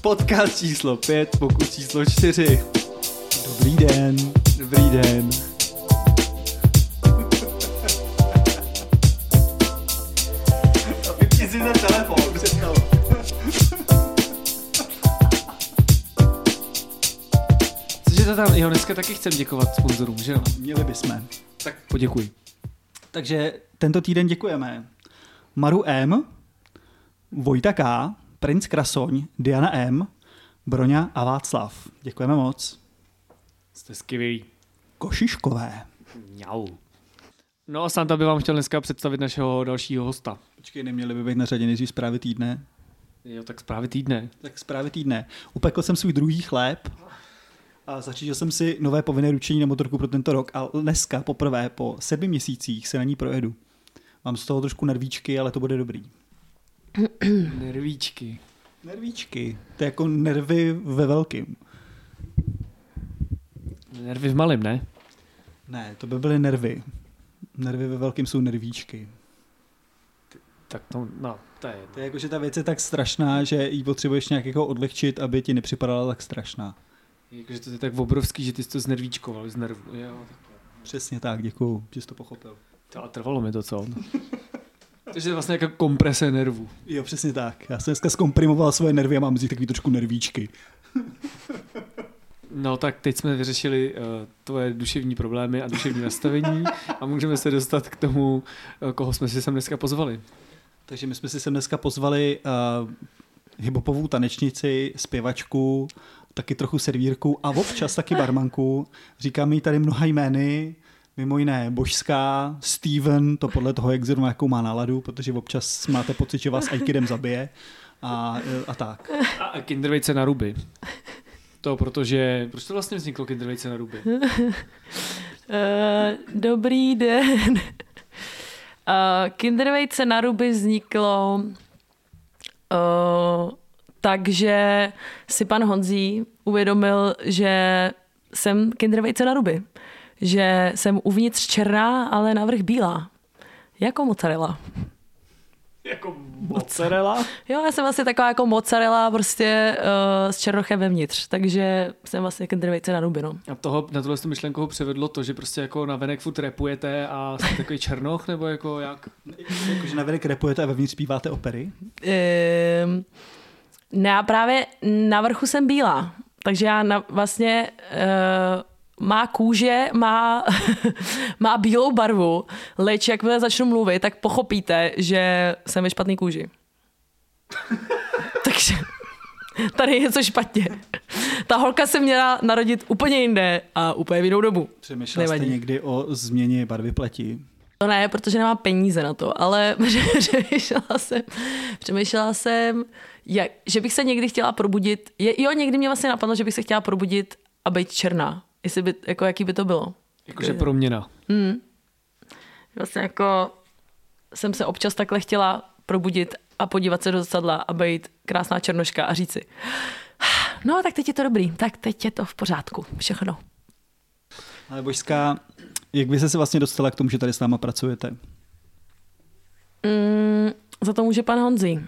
Podcast číslo 5, pokus číslo 4. Dobrý den. Dobrý den. Vypni si ten telefon, představ. Cože to tam, jo, dneska taky chcem děkovat sponzorům, že jo? Měli bychom. Tak poděkuj. Takže tento týden děkujeme Maru M, Vojta K, Princ Krasoň, Diana M, Broňa a Václav. Děkujeme moc. Jste skvělí. Košiškové. Mňau. No a Santa by vám chtěl dneska představit našeho dalšího hosta. Počkej, neměli by být na řadě nejdřív zprávy týdne? Jo, tak zprávy týdne. Tak zprávy týdne. Upekl jsem svůj druhý chléb a zařídil jsem si nové povinné ručení na motorku pro tento rok a dneska poprvé po 7 měsících se na ní projedu. Mám z toho trošku nervíčky, ale to bude dobrý. Nervíčky. Nervíčky. To je jako nervy ve velkým. Nervy v malém, ne? Ne, to by byly nervy. Nervy ve velkým jsou nervíčky. Tak to, no, to je... To je jako, že ta věc je tak strašná, že ji potřebuješ nějak jako odlehčit, aby ti nepřipadala tak strašná. Jakože to je tak obrovský, že ty jsi to znervíčkoval z nervu. Jo, takhle. Přesně tak, děkuju, že jsi to pochopil. Ale trvalo mi to, co? Takže je vlastně jako komprese nervů. Jo, přesně tak. Já jsem dneska zkomprimoval svoje nervy a mám z nich takový trošku nervíčky. No tak teď jsme vyřešili tvoje duševní problémy a duševní nastavení a můžeme se dostat k tomu, koho jsme si sem dneska pozvali. Takže my jsme si sem dneska pozvali hiphopovou tanečnici, zpěvačku, taky trochu servírku a občas taky barmanku. Říkáme jí tady mnoha jmény, mimo jiné Božská, Steven, to podle toho, jak zrovna jakou má náladu, protože občas máte pocit, že vás Aikidem zabije a tak. A kindervejce na ruby. To protože, proč to vlastně vzniklo kindervejce na ruby? Dobrý den. Kindervejce na ruby vzniklo takže si pan Honzí uvědomil, že jsem kindervejce na ruby. Že jsem uvnitř černá, ale navrch bílá. Jako mozzarella. Jako mozzarella? Jo, já jsem vlastně taková jako mozzarella prostě s černochem vevnitř, takže jsem vlastně kindervejce na ruby, no. A na tohle myšlenku ho převedlo to, že prostě jako navenek furt rapujete a jste takový černoch, nebo jako jak? Jakože navenek rapujete a vevnitř zpíváte opery? Já právě na vrchu jsem bílá, takže já vlastně... má kůže, má bílou barvu, leč jakmile začnu mluvit, tak pochopíte, že jsem ve špatný kůži. Takže tady je něco špatně. Ta holka se měla narodit úplně jinde a úplně v jinou dobu. Přemýšlela jste někdy o změně barvy pleti? To ne, protože nemám peníze na to, ale přemýšlela jsem že bych se někdy chtěla probudit. Jo, někdy mě vlastně napadlo, že bych se chtěla probudit a být černá. Jestli by, jako jaký by to bylo. Jakože proměna. Vlastně jako jsem se občas takhle chtěla probudit a podívat se do zrcadla a být krásná černoška a říct si no tak teď je to dobrý, tak teď je to v pořádku, všechno. Ale Božská, jak vy jste se vlastně dostala k tomu, že tady s náma pracujete? Za to může pan Honzí.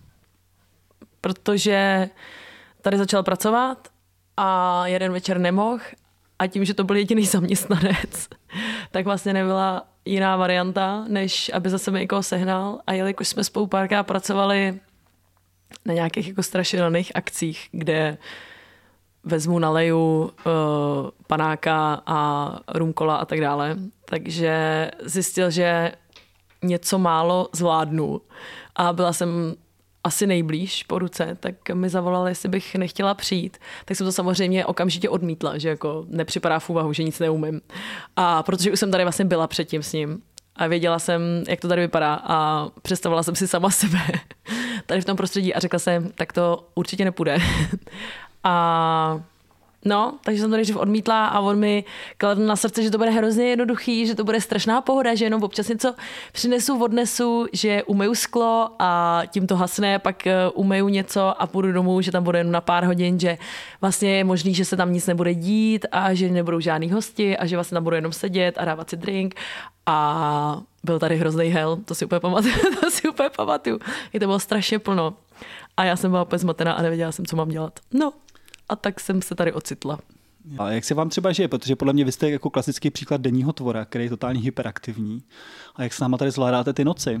Protože tady začal pracovat a jeden večer nemohl a tím, že to byl jediný zaměstnanec, tak vlastně nebyla jiná varianta, než aby zase mi někoho sehnal. A jelikož jsme spolu párkrát pracovali na nějakých jako strašidelných akcích, kde vezmu, naleju panáka a rumkola a tak dále, takže zjistil, že něco málo zvládnu. A byla jsem asi nejblíž po ruce, tak mi zavolali, jestli bych nechtěla přijít. Tak jsem to samozřejmě okamžitě odmítla, že jako nepřipadá v úvahu, že nic neumím. A protože už jsem tady vlastně byla předtím s ním a věděla jsem, jak to tady vypadá a představovala jsem si sama sebe tady v tom prostředí a řekla jsem, tak to určitě nepůjde. A no, takže jsem to nejdřív odmítla a on mi kladl na srdce, že to bude hrozně jednoduchý, že to bude strašná pohoda, že jenom občas něco přinesu, odnesu, že umyju sklo a tím to hasne, pak umyju něco a půjdu domů, že tam bude jenom na pár hodin, že vlastně je možný, že se tam nic nebude dít a že nebudou žádný hosti a že vlastně tam budu jenom sedět a dávat si drink a byl tady hrozný hell, to si úplně pamatuju. I to bylo strašně plno. A já jsem byla úplně zmatená a nevěděla jsem, co mám dělat. No a tak jsem se tady ocitla. A jak se vám třeba žije? Protože podle mě vy jste jako klasický příklad denního tvora, který je totálně hyperaktivní. A jak s náma tady zvládáte ty noci?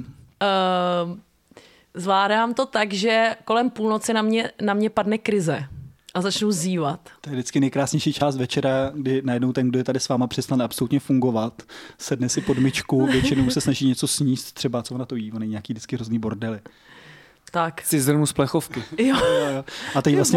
Zvládám to tak, že kolem půlnoci na mě padne krize a začnu zívat. To je vždycky nejkrásnější část večera, kdy najednou ten, kdo je tady s váma, přestane absolutně fungovat, sedne si pod myčku, většinou se snaží něco sníst, třeba co na to jí, on je nějaký vždycky hrozný bordely. Tak. Si zrnu z plechovky. Jo. A teď vlastně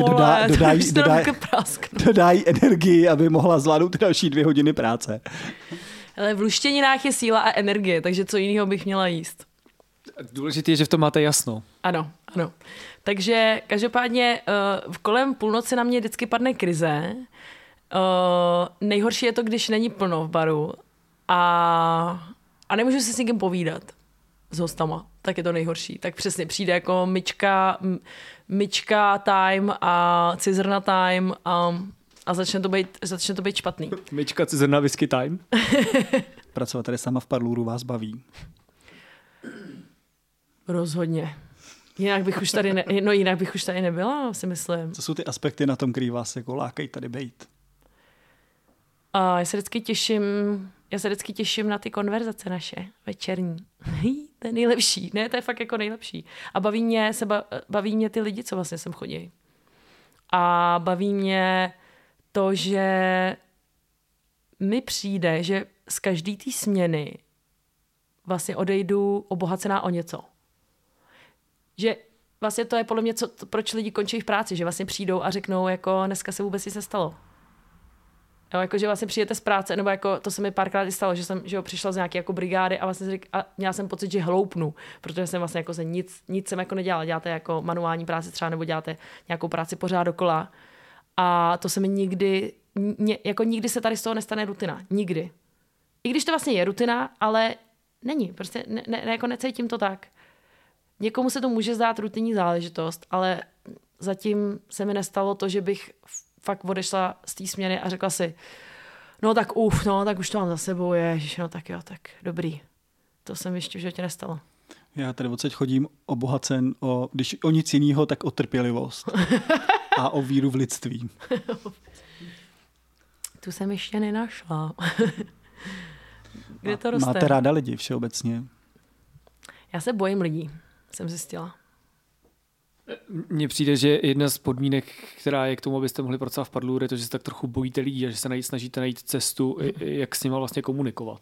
dodají energii, aby mohla zvládnout ty další 2 hodiny práce. Ale v luštěninách je síla a energie, takže co jiného bych měla jíst. Důležité je, že v tom máte jasno. Ano. Takže každopádně kolem půlnoci na mě vždycky padne krize. Nejhorší je to, když není plno v baru a nemůžu si s někým povídat s hostama. Tak je to nejhorší. Tak přesně přijde jako myčka time a cizrna time a začne to být špatný. Myčka, cizrna, whisky time. Pracovat tady sama v parlůru vás baví? Rozhodně. Jinak bych už tady nebyla, si myslím. Co jsou ty aspekty na tom, který vás jako lákají tady bejt? Já se vždycky těším na ty konverzace naše večerní. To je nejlepší. Ne, to je fakt jako nejlepší. A baví mě ty lidi, co vlastně sem chodí. A baví mě to, že mi přijde, že z každý té směny vlastně odejdu obohacená o něco. Že vlastně to je podle mě, proč lidi končí v práci, že vlastně přijdou a řeknou, jako dneska se vůbec nic nestalo. Jo, jako, že vlastně přijete z práce, nebo jako to se mi párkrát i stalo, že jsem přišla z nějaké jako brigády a vlastně a měla jsem pocit, že hloupnu, protože jsem vlastně jako nic jsem jako nedělala. Děláte jako manuální práci třeba, nebo děláte nějakou práci pořád dokola. A to se mi nikdy se tady z toho nestane rutina. Nikdy. I když to vlastně je rutina, ale není. Prostě jako necítím to tak. Někomu se to může zdát rutinní záležitost, ale zatím se mi nestalo to, že bych fakt odešla z té směny a řekla si, tak už to mám za sebou, ježiš, tak jo, tak dobrý. To se mi ještě v životě nestalo. Já tady odsaď chodím obohacen když o nic jiného, tak o trpělivost a o víru v lidství. Tu jsem ještě nenašla. Kde to roste? Máte ráda lidi všeobecně? Já se bojím lidí, jsem zjistila. Mně přijde, že jedna z podmínek, která je k tomu, abyste mohli pracovat v Parlour, je to, že se tak trochu bojíte lidí a že se snažíte najít cestu, jak s nima vlastně komunikovat.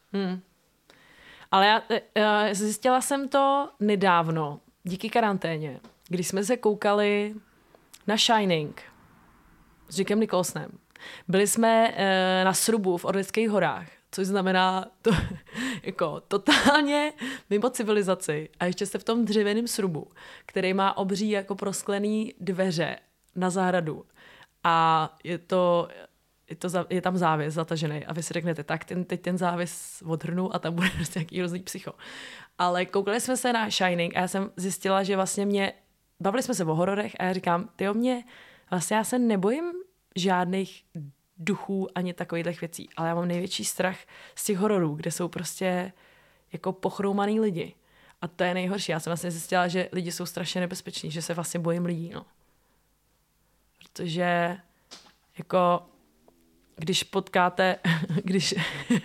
Ale já zjistila jsem to nedávno, díky karanténě, když jsme se koukali na Shining s Jackem Nicholsonem. Byli jsme na srubu v Orlických horách, což znamená to, jako totálně mimo civilizaci. A ještě jste v tom dřevěném srubu, který má obří jako prosklený dveře na zahradu. A je tam závěs zatažený. A vy si řeknete, tak teď ten závěs odhrnu a tam bude prostě nějaký hrozný psycho. Ale koukali jsme se na Shining a já jsem zjistila, že vlastně bavili jsme se o hororech a já říkám, vlastně já se nebojím žádných duchů ani takových věcí, ale já mám největší strach z těch hororů, kde jsou prostě jako pochroumaný lidi. A to je nejhorší. Já jsem vlastně zjistila, že lidi jsou strašně nebezpeční, že se vlastně bojím lidí, no. Protože jako když potkáte když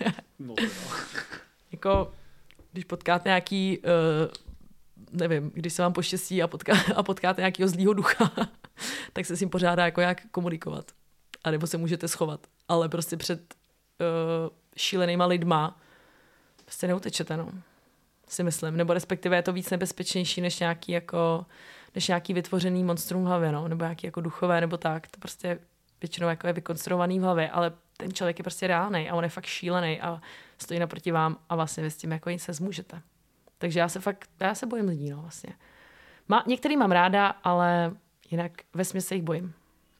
nějaký nevím, když se vám poštěstí a potkáte nějakého zlýho ducha, tak se s ním pořádá jako jak komunikovat. A nebo se můžete schovat. Ale prostě před šílenýma lidma prostě neutečete, no. Si myslím. Nebo respektive je to víc nebezpečnější než nějaký vytvořený monstrum v hlavě, no. Nebo nějaký jako duchové, nebo tak. To prostě většinou jako je vykonstruovaný v hlavě, ale ten člověk je prostě reálnej a on je fakt šílený a stojí naproti vám a vlastně vy s tím jako nic se zmůžete. Takže já se bojím lidí, no vlastně. Některý mám ráda, ale jinak vesměs se jich bojím.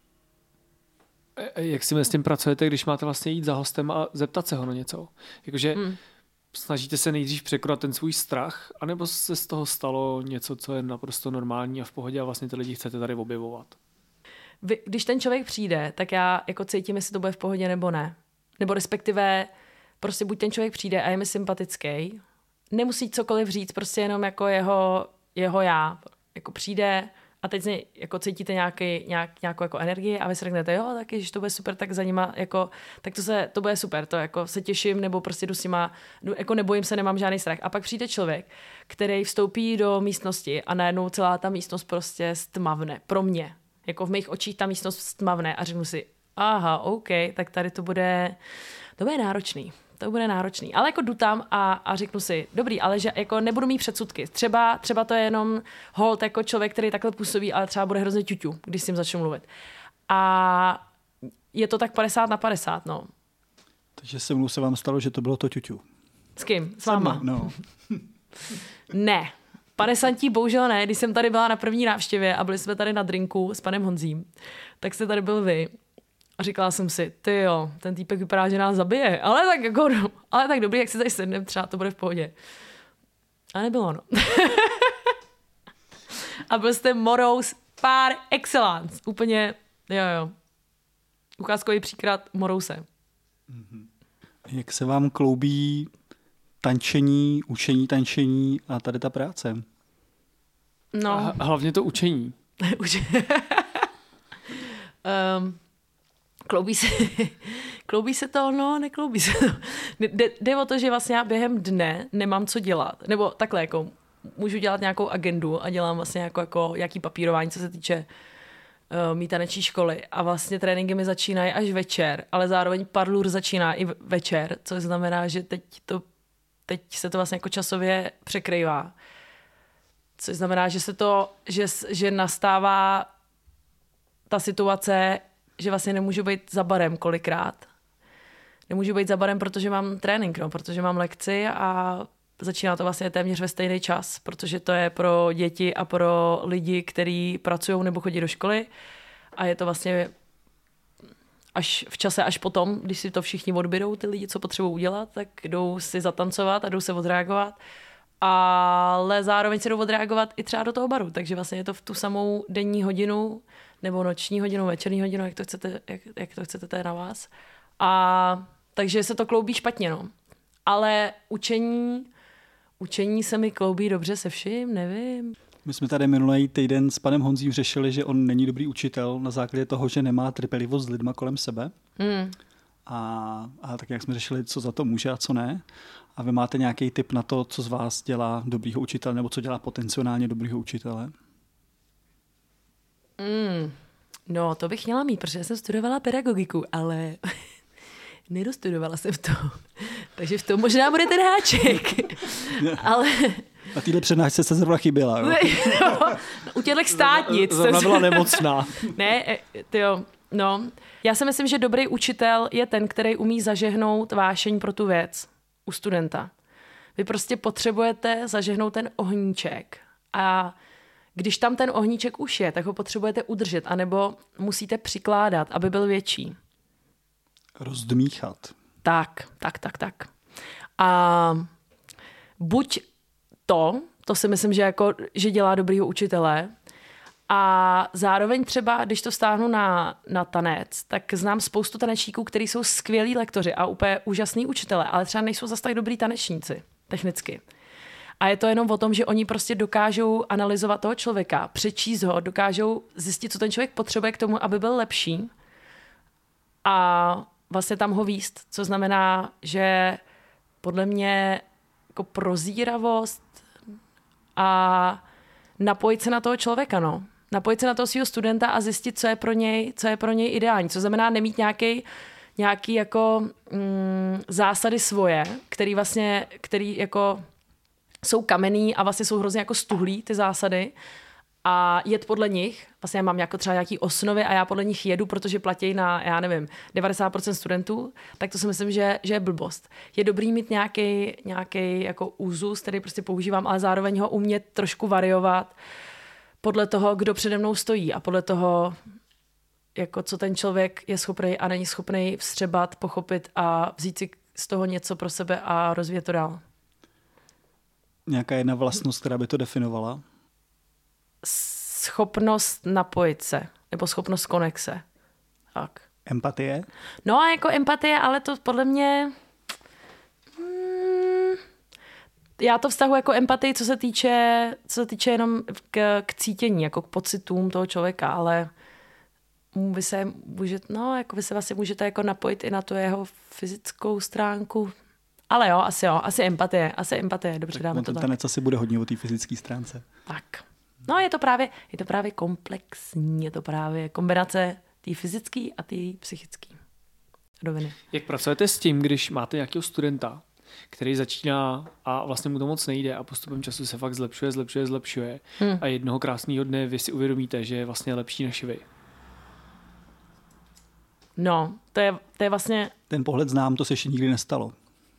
Jak si s tím pracujete, když máte vlastně jít za hostem a zeptat se ho na něco? Jakože snažíte se nejdřív překonat ten svůj strach, anebo se z toho stalo něco, co je naprosto normální a v pohodě a vlastně ty lidi chcete tady objevovat? Když ten člověk přijde, tak já jako cítím, jestli to bude v pohodě nebo ne. Nebo respektive prostě buď ten člověk přijde a je mi sympatický, nemusí cokoliv říct, prostě jenom jako jeho já. jako přijde a teď jako cítíte nějakou jako energii a vy si řeknete, jo, tak když to bude super, tak za nima, jako, tak to bude super, to jako se těším, nebo prostě jdu s nima, jako nebojím se, nemám žádný strach. A pak přijde člověk, který vstoupí do místnosti a najednou celá ta místnost prostě stmavne. Pro mě. Jako v mých očích ta místnost stmavne a řeknu si, aha, OK, tak tady to bude náročný. To bude náročný. Ale jako jdu tam a řeknu si, dobrý, ale že jako nebudu mít předsudky. Třeba to je jenom hold jako člověk, který takhle působí, ale třeba bude hrozně ťuťu, když s tím začnu mluvit. A je to tak 50/50, no. Takže se mnou se vám stalo, že to bylo to ťuťu. S kým? S váma? No. Ne. 50 bohužel ne. Když jsem tady byla na první návštěvě a byli jsme tady na drinku s panem Honzím, tak jste tady byl vy. A říkala jsem si, ty jo, ten týpek vypadá, že nás zabije. Ale tak dobrý, jak si tady sednem, třeba to bude v pohodě. A nebylo, no. A byl jste morous par excellence. Úplně, jo. Ukázkový příklad morouse. Jak se vám kloubí tančení, učení tančení a tady ta práce? No. A hlavně to učení. Kloubí se to, no, nekloubí se to. Jde o to, že vlastně já během dne nemám co dělat. Nebo takhle, jako můžu dělat nějakou agendu a dělám vlastně jako jaký papírování, co se týče mý taneční školy. A vlastně tréninky mi začínají až večer, ale zároveň parlur začíná i večer, což znamená, že teď se to vlastně jako časově překrývá. Což znamená, že nastává ta situace, že vlastně nemůžu být za barem kolikrát. Nemůžu být za barem, protože mám trénink, no, protože mám lekci a začíná to vlastně téměř ve stejný čas, protože to je pro děti a pro lidi, kteří pracují nebo chodí do školy a je to vlastně až v čase, až potom, když si to všichni odbydou, ty lidi, co potřebují udělat, tak jdou si zatancovat a jdou se odreagovat, ale zároveň se jdou odreagovat i třeba do toho baru, takže vlastně je to v tu samou denní hodinu nebo noční hodinu, večerní hodinu, jak to chcete, to je na vás. A takže se to kloubí špatně, no. Ale učení se mi kloubí dobře se vším, nevím. My jsme tady minulý týden s panem Honzím řešili, že on není dobrý učitel na základě toho, že nemá trpělivost s lidma kolem sebe. A tak jak jsme řešili, co za to může a co ne. A vy máte nějaký tip na to, co z vás dělá dobrýho učitele nebo co dělá potenciálně dobrýho učitele? No, to bych měla mít, protože jsem studovala pedagogiku, ale nedostudovala jsem to. Takže v tom možná bude ten háček. Ale... A týhle přednášce se zrovna chyběla, jo? No, u těchto státnic. Zrovna byla nemocná. Ne, tyjo, no. Já si myslím, že dobrý učitel je ten, který umí zažehnout vášeň pro tu věc u studenta. Vy prostě potřebujete zažehnout ten ohníček a když tam ten ohníček už je, tak ho potřebujete udržet, anebo musíte přikládat, aby byl větší. Rozdmíchat. Tak. A buď to si myslím, že dělá dobrýho učitele, a zároveň třeba, když to stáhnu na tanec, tak znám spoustu tanečníků, kteří jsou skvělí lektoři a úplně úžasný učitele, ale třeba nejsou zase tak dobrý tanečníci, technicky. A je to jenom o tom, že oni prostě dokážou analyzovat toho člověka, přečíst ho, dokážou zjistit, co ten člověk potřebuje k tomu, aby byl lepší a vlastně tam ho víst, co znamená, že podle mě jako prozíravost a napojit se na toho člověka, no. Napojit se na toho svého studenta a zjistit, co je pro něj ideální. Co znamená nemít nějaký jako zásady svoje, který jako jsou kamenný a vlastně jsou hrozně jako stuhlý ty zásady a jet podle nich. Vlastně já mám jako třeba nějaký osnovy a já podle nich jedu, protože platí na, já nevím, 90% studentů, tak to si myslím, že je blbost. Je dobrý mít nějaký jako úzus, který prostě používám, ale zároveň ho umět trošku variovat podle toho, kdo přede mnou stojí a podle toho, jako co ten člověk je schopný a není schopný vstřebat, pochopit a vzít si z toho něco pro sebe a rozvíjet to dál. Nějaká jedna vlastnost, která by to definovala? Schopnost napojit se, nebo schopnost konexe. Tak. Empatie? No a jako empatie, ale to podle mě... já to vztahu jako empatii, co se týče jenom k cítění, jako k pocitům toho člověka, ale vy se vlastně můžete jako napojit i na tu jeho fyzickou stránku. Ale jo, asi empatie, dobře, tak dáme to tak. Tanec asi bude hodně o té fyzické stránce. Tak. No, je to právě komplexní, je to právě kombinace té fyzické a té psychické roviny. Jak pracujete s tím, když máte nějakého studenta, který začíná a vlastně mu to moc nejde a postupem času se fakt zlepšuje a jednoho krásného dne vy si uvědomíte, že je vlastně lepší než vy? No, to je vlastně... Ten pohled znám, to se ještě nikdy nestalo.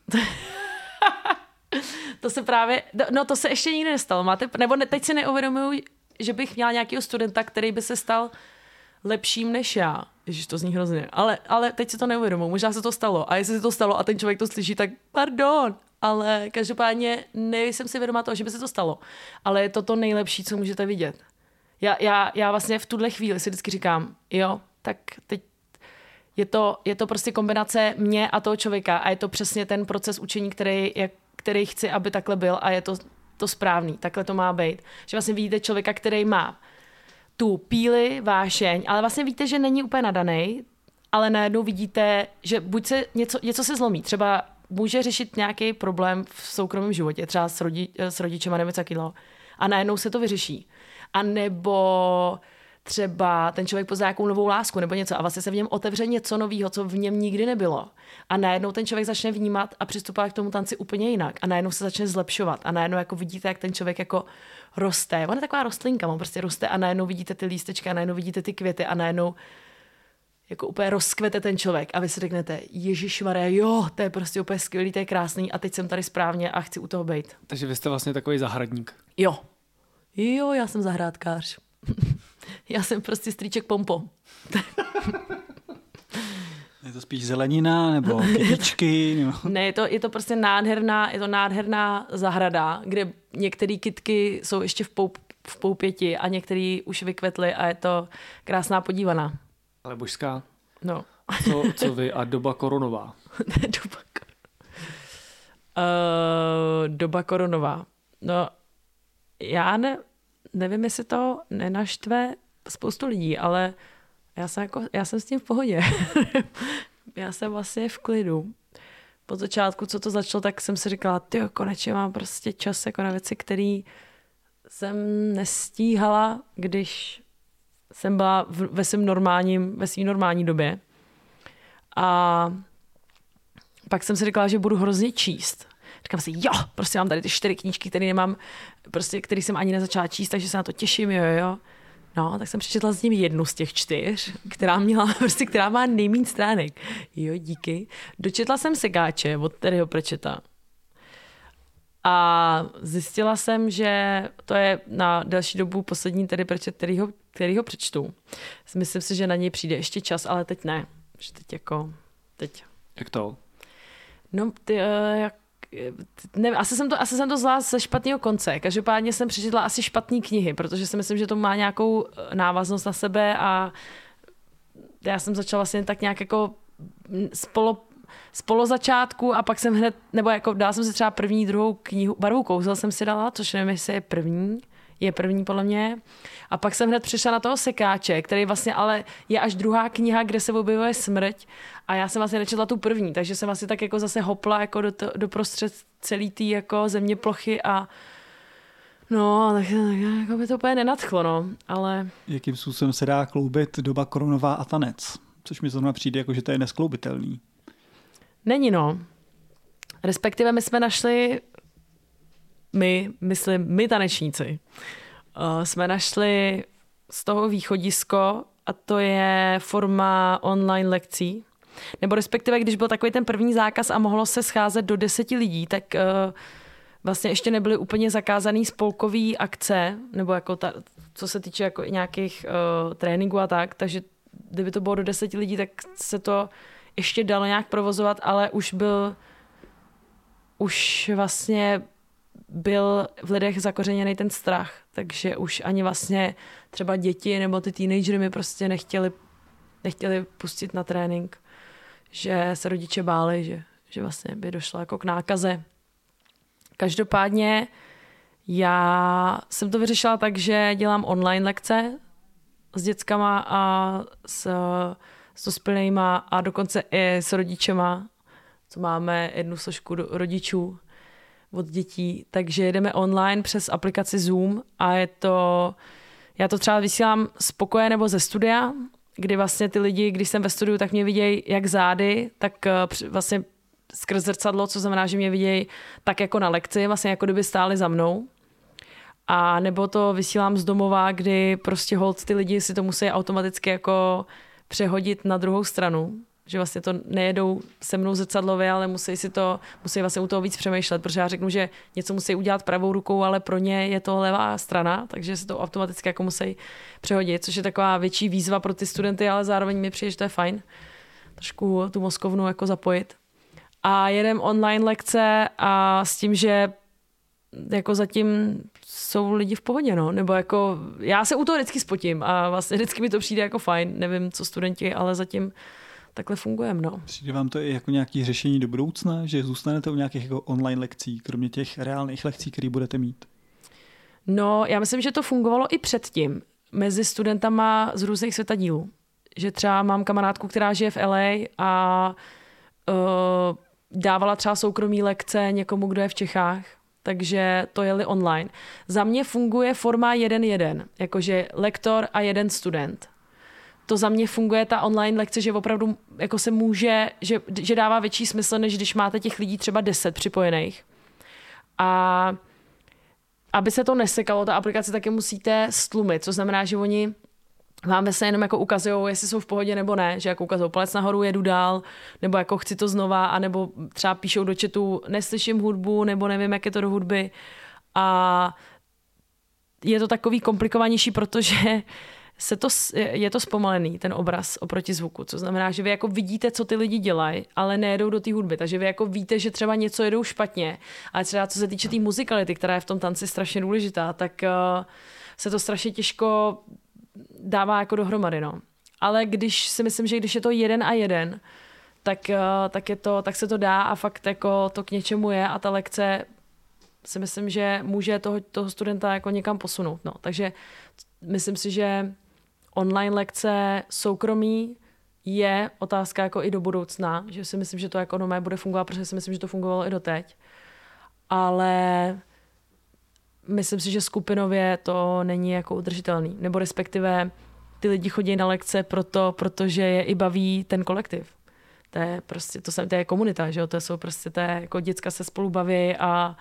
To se ještě nikdy nestalo. Nebo teď si neuvědomuji, že bych měla nějakého studenta, který by se stal lepším než já. Ježiš, to zní hrozně. Ale teď si to neuvědomuji. Možná se to stalo. A jestli se to stalo a ten člověk to slyší, tak pardon. Ale každopádně nejsem si vědomá toho, že by se to stalo. Ale je to nejlepší, co můžete vidět. Já vlastně v tuhle chvíli si vždycky říkám, jo, tak teď je to prostě kombinace mě a toho člověka a je to přesně ten proces učení, který chci, aby takhle byl a je to správný. Takhle to má být. Že vlastně vidíte člověka, který má tu píli, vášeň, ale vlastně víte, že není úplně nadanej, ale najednou vidíte, že buď se něco se zlomí. Třeba může řešit nějaký problém v soukromém životě, třeba s rodičema nebo co kilo, a najednou se to vyřeší. A nebo třeba ten člověk pozná nějakou novou lásku nebo něco a vlastně se v něm otevře něco nového, co v něm nikdy nebylo. A najednou ten člověk začne vnímat a přistupovat k tomu tanci úplně jinak. A najednou se začne zlepšovat. A najednou jako vidíte, jak ten člověk jako roste. On je taková rostlinka, on prostě roste a najednou vidíte ty lístečky a najednou vidíte ty květy a najednou jako úplně rozkvete ten člověk a vy si řeknete, ježišmarja, jo, to je prostě úplně skvělý, to je krásný a teď jsem tady správně a chci u toho být. Takže vy jste vlastně takový zahradník. Jo, já jsem zahrádkář. Já jsem prostě strýček Pompo. Je to spíš zelenina nebo kytičky? Nebo... Ne, je to prostě nádherná zahrada, kde některé kytky jsou ještě v poupěti a některé už vykvetly a je to krásná podívaná. Ale božská. No. Co vy a doba koronová? Doba koronová. No, já nevím, jestli to nenaštve spoustu lidí, ale já jsem s tím v pohodě. Já jsem vlastně v klidu. Po začátku, co to začalo, tak jsem si říkala, tyjo, konečně mám prostě čas jako na věci, které jsem nestíhala, když jsem byla ve svým normální době. A pak jsem si říkala, že budu hrozně číst. Říkám si, jo, prostě mám tady ty 4 knížky, které nemám, prostě, který jsem ani nezačala číst, takže se na to těším, jo. No, tak jsem přečetla s ním jednu z těch 4, která má nejméně stránek. Jo, díky. Dočetla jsem Sekáče od Terryho Pratchetta. A zjistila jsem, že to je na delší dobu poslední Terry Pratchett, který ho přečtu. Myslím si, že na něj přijde ještě čas, ale teď ne. Že teď. Jak to? No, asi jsem to zvládla ze špatného konce. Každopádně jsem přečetla asi špatné knihy, protože si myslím, že to má nějakou návaznost na sebe a já jsem začala vlastně tak nějak jako z polozačátku a pak jsem hned, nebo jako dala jsem si třeba první, druhou knihu, Barvu kouzel jsem si dala, což nevím, jestli je první podle mě. A pak jsem hned přišla na toho Sekáče, který vlastně ale je až druhá kniha, kde se objevuje smrť a já jsem vlastně nečetla tu první, takže jsem vlastně tak jako zase hopla jako do prostřed celý tý jako země plochy a no, tak jako by to úplně nenadchlo, no, ale... Jakým způsobem se dá kloubit doba koronová a tanec? Což mi zrovna přijde, jako že to je neskloubitelný. Není, no. Respektive my jsme našli my tanečníci, jsme našli z toho východisko a to je forma online lekcí. Nebo respektive, když byl takový ten první zákaz a mohlo se scházet do 10 lidí, tak vlastně ještě nebyly úplně zakázaný spolkový akce, nebo jako co se týče jako nějakých tréninků a tak, takže kdyby to bylo do 10 lidí, tak se to ještě dalo nějak provozovat, ale už vlastně byl v lidech zakořeněný ten strach, takže už ani vlastně třeba děti nebo ty teenagery mi prostě nechtěli pustit na trénink, že se rodiče báli, že vlastně by došlo jako k Každopádně já jsem to vyřešila tak, že dělám online lekce s dětskama a s dospělejma a dokonce i s rodičema, co máme jednu složku rodičů od dětí, takže jedeme online přes aplikaci Zoom a já to třeba vysílám z pokoje nebo ze studia, kdy vlastně ty lidi, když jsem ve studiu, tak mě vidějí jak zády, tak vlastně skrz zrcadlo, co znamená, že mě vidějí tak jako na lekci, vlastně jako kdyby stáli za mnou. A nebo to vysílám z domova, kdy prostě holt ty lidi si to musí automaticky jako přehodit na druhou stranu. Že vlastně to nejedou se mnou zrcadlově, ale musí vlastně u toho víc přemýšlet, protože já řeknu, že něco musí udělat pravou rukou, ale pro ně je to levá strana, takže se to automaticky jako musí přehodit, což je taková větší výzva pro ty studenty, ale zároveň mi přijde, že to je fajn. Trošku tu mozkovnu jako zapojit. A jedem online lekce a s tím, že jako zatím jsou lidi v pohodě, no. Nebo jako já se u toho vždycky spotím a vlastně vždycky mi to přijde jako fajn. Nevím, co studenti, ale zatím takhle fungujeme, no. Přijde vám to i jako nějaké řešení do budoucna, že zůstanete u nějakých jako online lekcí, kromě těch reálných lekcí, které budete mít? No, já myslím, že to fungovalo i předtím mezi studentama z různých světadílů. Že třeba mám kamarádku, která žije v LA a dávala třeba soukromý lekce někomu, kdo je v Čechách, takže to jeli online. Za mě funguje forma 1:1, jakože lektor a jeden student. To za mě funguje ta online lekce, že opravdu jako se může, že dává větší smysl, než když máte těch lidí třeba 10 připojených. A aby se to nesekalo, ta aplikace taky musíte stlumit, co znamená, že oni vám se jenom jako ukazují, jestli jsou v pohodě nebo ne, že jako ukazují palec nahoru, jedu dál, nebo jako chci to znova, anebo třeba píšou do chatu, neslyším hudbu, nebo nevím, jak je to do hudby. A je to takový komplikovanější, protože je to zpomalený, ten obraz oproti zvuku, co znamená, že vy jako vidíte, co ty lidi dělají, ale nejedou do té hudby, takže vy jako víte, že třeba něco jedou špatně, ale třeba co se týče té muzikality, která je v tom tanci strašně důležitá, tak se to strašně těžko dává jako dohromady, no. Ale když si myslím, že když je to 1:1, tak se to dá a fakt jako to k něčemu je a ta lekce si myslím, že může toho studenta jako někam posunout, no. Takže myslím si, že online lekce soukromí je otázka jako i do budoucna, že si myslím, že to jako normálně bude fungovat, protože si myslím, že to fungovalo i doteď. Ale myslím si, že skupinově to není jako udržitelný. Nebo respektive ty lidi chodí na lekce protože je i baví ten kolektiv. To je prostě, to je komunita, že jo? To je jako děcka se spolu baví a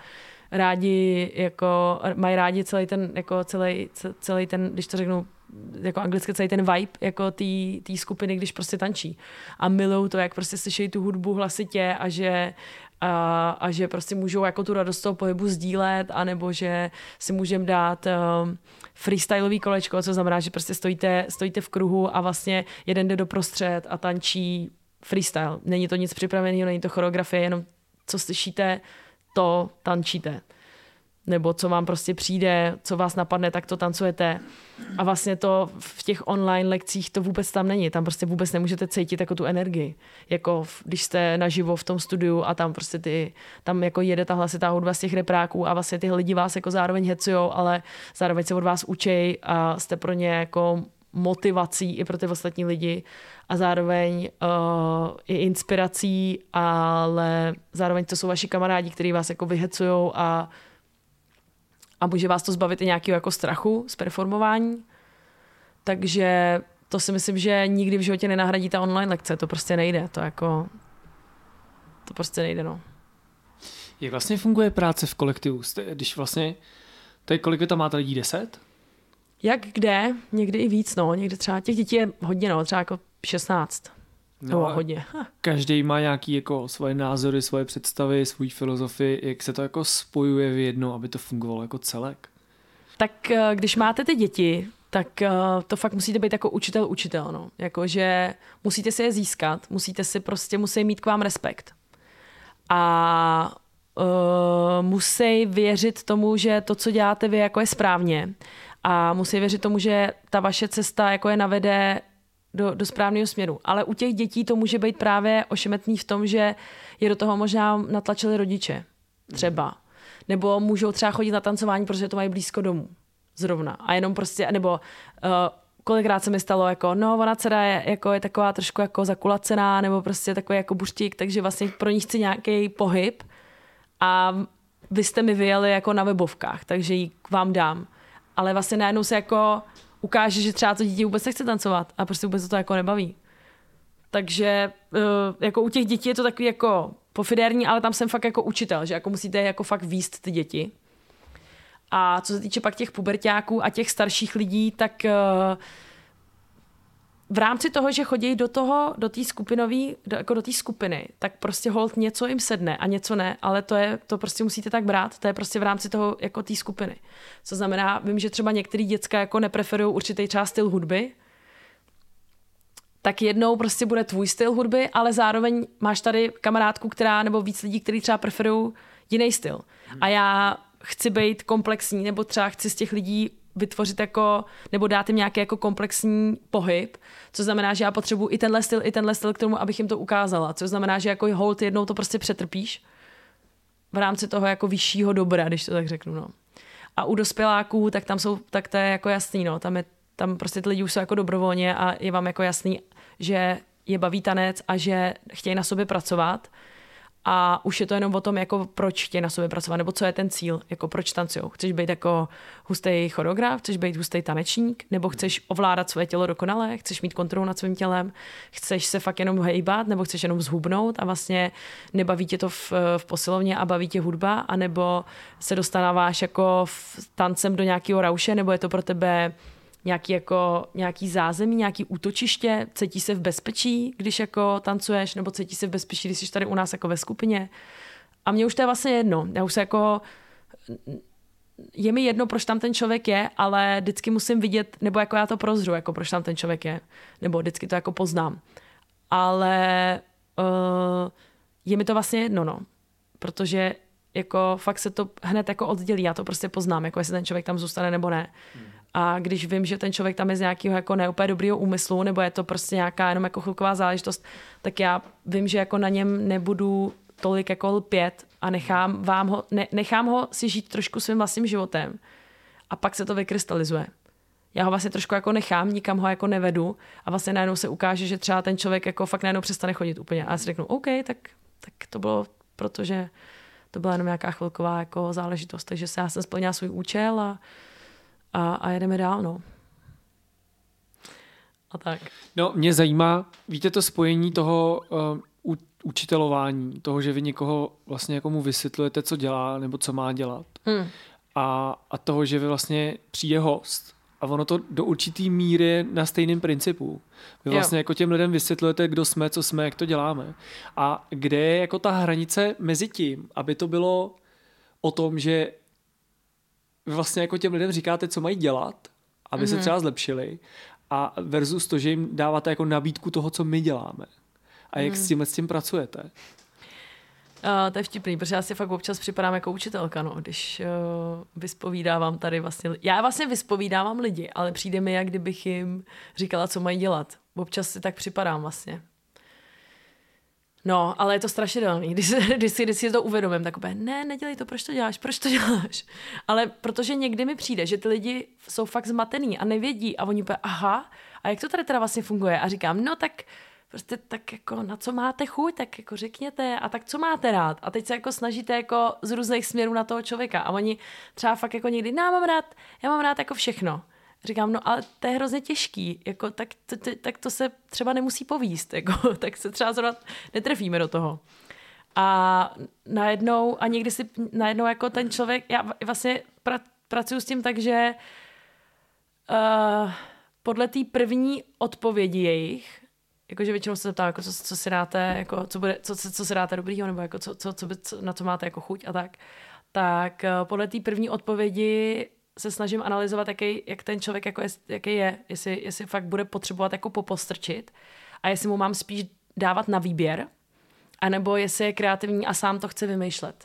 mají rádi celý ten, když to řeknu jako anglicky, celý ten vibe jako té skupiny, když prostě tančí. A milujou to, jak prostě slyšejí tu hudbu hlasitě a že prostě můžou jako tu radost toho pohybu sdílet, anebo že si můžeme dát freestylový kolečko, co znamená, že prostě stojíte v kruhu a vlastně jeden jde doprostřed a tančí freestyle. Není to nic připraveného, není to choreografie, jenom co slyšíte, to tančíte. Nebo co vám prostě přijde, co vás napadne, tak to tancujete. A vlastně to v těch online lekcích to vůbec tam není. Tam prostě vůbec nemůžete cítit jako tu energii. Jako když jste naživo v tom studiu a tam prostě tam jako jede ta hlasitá hudba z těch repráků a vlastně ty lidi vás jako zároveň hecujou, ale zároveň se od vás učej a jste pro ně jako motivací i pro ty ostatní lidi a zároveň i inspirací, ale zároveň to jsou vaši kamarádi, kteří vás jako vyhecujou a může vás to zbavit i nějakého jako strachu z performování. Takže to si myslím, že nikdy v životě nenahradí ta online lekce. To prostě nejde. To prostě nejde, no. Jak vlastně funguje práce v kolektivu? Když vlastně tady kolik tam máte lidí, 10? Jak kde? Někdy i víc, no. Někdy třeba těch dětí je hodně, no. Třeba jako 16. No, hodně. Každý má nějaký jako svoje názory, svoje představy, svou filozofii. Jak se to jako spojuje v jedno, aby to fungovalo jako celek? Tak když máte ty děti, tak to fakt musíte být jako učitel, no. Jakože musíte si je získat, musí mít k vám respekt. A musí věřit tomu, že to, co děláte vy, jako je správně. A musí věřit tomu, že ta vaše cesta jako je navede do správného směru. Ale u těch dětí to může být právě ošemetný v tom, že je do toho možná natlačili rodiče. Třeba. Nebo můžou třeba chodit na tancování, protože to mají blízko domů. Zrovna. A jenom prostě, nebo kolikrát se mi stalo, jako, no, ona dcera je taková trošku jako zakulacená, nebo prostě takový jako buštík, takže vlastně pro ní chci nějaký pohyb a vy jste mi vyjeli jako na webovkách, takže ji k vám dám. Ale vlastně najednou se jako ukáže, že třeba to dítě vůbec nechce tancovat a prostě vůbec to jako nebaví. Takže jako u těch dětí je to takový jako pofidérní, ale tam jsem fakt jako učitel, že jako musíte jako fakt víst ty děti. A co se týče pak těch puberťáků a těch starších lidí, tak v rámci toho, že chodí do té skupiny, tak prostě holt něco jim sedne a něco ne, ale to prostě musíte tak brát, to je prostě v rámci toho jako té skupiny. Co znamená, vím, že třeba některý děcka jako nepreferují určitý třeba styl hudby, tak jednou prostě bude tvůj styl hudby, ale zároveň máš tady kamarádku, nebo víc lidí, kteří třeba preferují jiný styl. A já chci být komplexní, nebo třeba chci z těch lidí vytvořit jako, nebo dát jim nějaký jako komplexní pohyb, co znamená, že já potřebuji i tenhle styl k tomu, abych jim to ukázala, což znamená, že jako hold jednou to prostě přetrpíš v rámci toho jako vyššího dobra, když to tak řeknu, no. A u dospěláků, tak to je jako jasný, no, tam prostě ty lidi už jsou jako dobrovolně a je vám jako jasný, že je baví tanec a že chtějí na sobě pracovat. A už je to jenom o tom, jako proč chtějí na sobě pracovat, nebo co je ten cíl, jako proč tancujou. Chceš být jako hustý choreograf, chceš být hustý tanečník, nebo chceš ovládat svoje tělo dokonale, chceš mít kontrolu nad svým tělem, chceš se fakt jenom hejbat, nebo chceš jenom zhubnout a vlastně nebaví tě to v posilovně a baví tě hudba, anebo se dostáváš jako tancem do nějakého rauše, nebo je to pro tebe nějaký zázemí, nějaký útočiště, cítíš se v bezpečí, když jako tancuješ, nebo cítíš se v bezpečí, když jsi tady u nás jako ve skupině. A mně už to je vlastně jedno. Já už se jako je mi jedno, proč tam ten člověk je, ale vždycky musím vidět, nebo jako já to prozřu, jako proč tam ten člověk je, nebo vždycky to jako poznám. Ale je mi to vlastně jedno, no. Protože jako fakt se to hned jako oddělí, já to prostě poznám, jako jestli ten člověk tam zůstane nebo ne. A když vím, že ten člověk tam je z nějakého jako neúplně dobrýho úmyslu, nebo je to prostě nějaká jenom jako chvilková záležitost, tak já vím, že jako na něm nebudu tolik jako lpět a nechám ho si žít trošku svým vlastním životem a pak se to vykrystalizuje. Já ho vlastně trošku jako nechám, nikam ho jako nevedu a vlastně najednou se ukáže, že třeba ten člověk jako fakt najednou přestane chodit úplně. A já si řeknu, OK, tak to bylo, protože to byla jenom nějaká chvilková jako záležitost, takže já jsem splnila svůj účel a jedeme dál, no. A tak. No, mě zajímá, víte to spojení toho učitelování, toho, že vy někoho vlastně jako mu vysvětlujete, co dělá, nebo co má dělat. A toho, že vy vlastně přijde host a ono to do určitý míry na stejném principu. Vy vlastně jako těm lidem vysvětlujete, kdo jsme, co jsme, jak to děláme. A kde je jako ta hranice mezi tím, aby to bylo o tom, že vy vlastně jako těm lidem říkáte, co mají dělat, aby se třeba zlepšili, a versus to, že jim dáváte jako nabídku toho, co my děláme. A jak s tím pracujete? To je vtipný, protože já si fakt občas připadám jako učitelka, no, když vyspovídávám tady vlastně. Já vlastně vyspovídávám lidi, ale přijde mi, jak kdybych jim říkala, co mají dělat. Občas si tak připadám vlastně. No, ale je to strašidelný. Když si to uvědomím, tak úplně, ne, nedělej to, proč to děláš? Ale protože někdy mi přijde, že ty lidi jsou fakt zmatený a nevědí a oni úplně, aha, a jak to tady teda vlastně funguje? A říkám, no tak prostě tak jako na co máte chuť, tak jako řekněte a tak co máte rád? A teď se jako snažíte jako z různých směrů na toho člověka a oni třeba fakt jako někdy, já mám rád jako všechno. Říkám, no ale to je hrozně těžký, jako, tak to se třeba nemusí povíst, jako, tak se třeba zrovna netrefíme do toho. A najednou jako ten člověk, já vlastně pracuji s tím tak, že podle té první odpovědi jejich, jakože většinou se zeptám, jako co si dáte, jako, co si dáte dobrýho, nebo jako, na co máte jako chuť a tak podle té první odpovědi se snažím analyzovat, jak ten člověk jako jaký je, jestli fakt bude potřebovat jako popostrčit a jestli mu mám spíš dávat na výběr, anebo jestli je kreativní a sám to chce vymýšlet.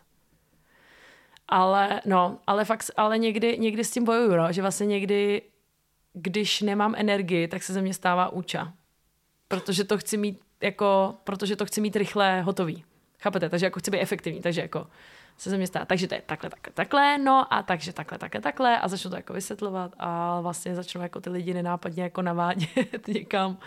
Ale někdy s tím bojuju, no, že vlastně někdy, když nemám energii, tak se ze mě stává úča. Protože to chci mít rychle hotový. Chápete? Takže jako chci být efektivní. Takže jako se ze mě stává. Takže to je takhle, no a takže takhle a začnu to jako vysvětlovat a vlastně začnu jako ty lidi nenápadně jako navádět někam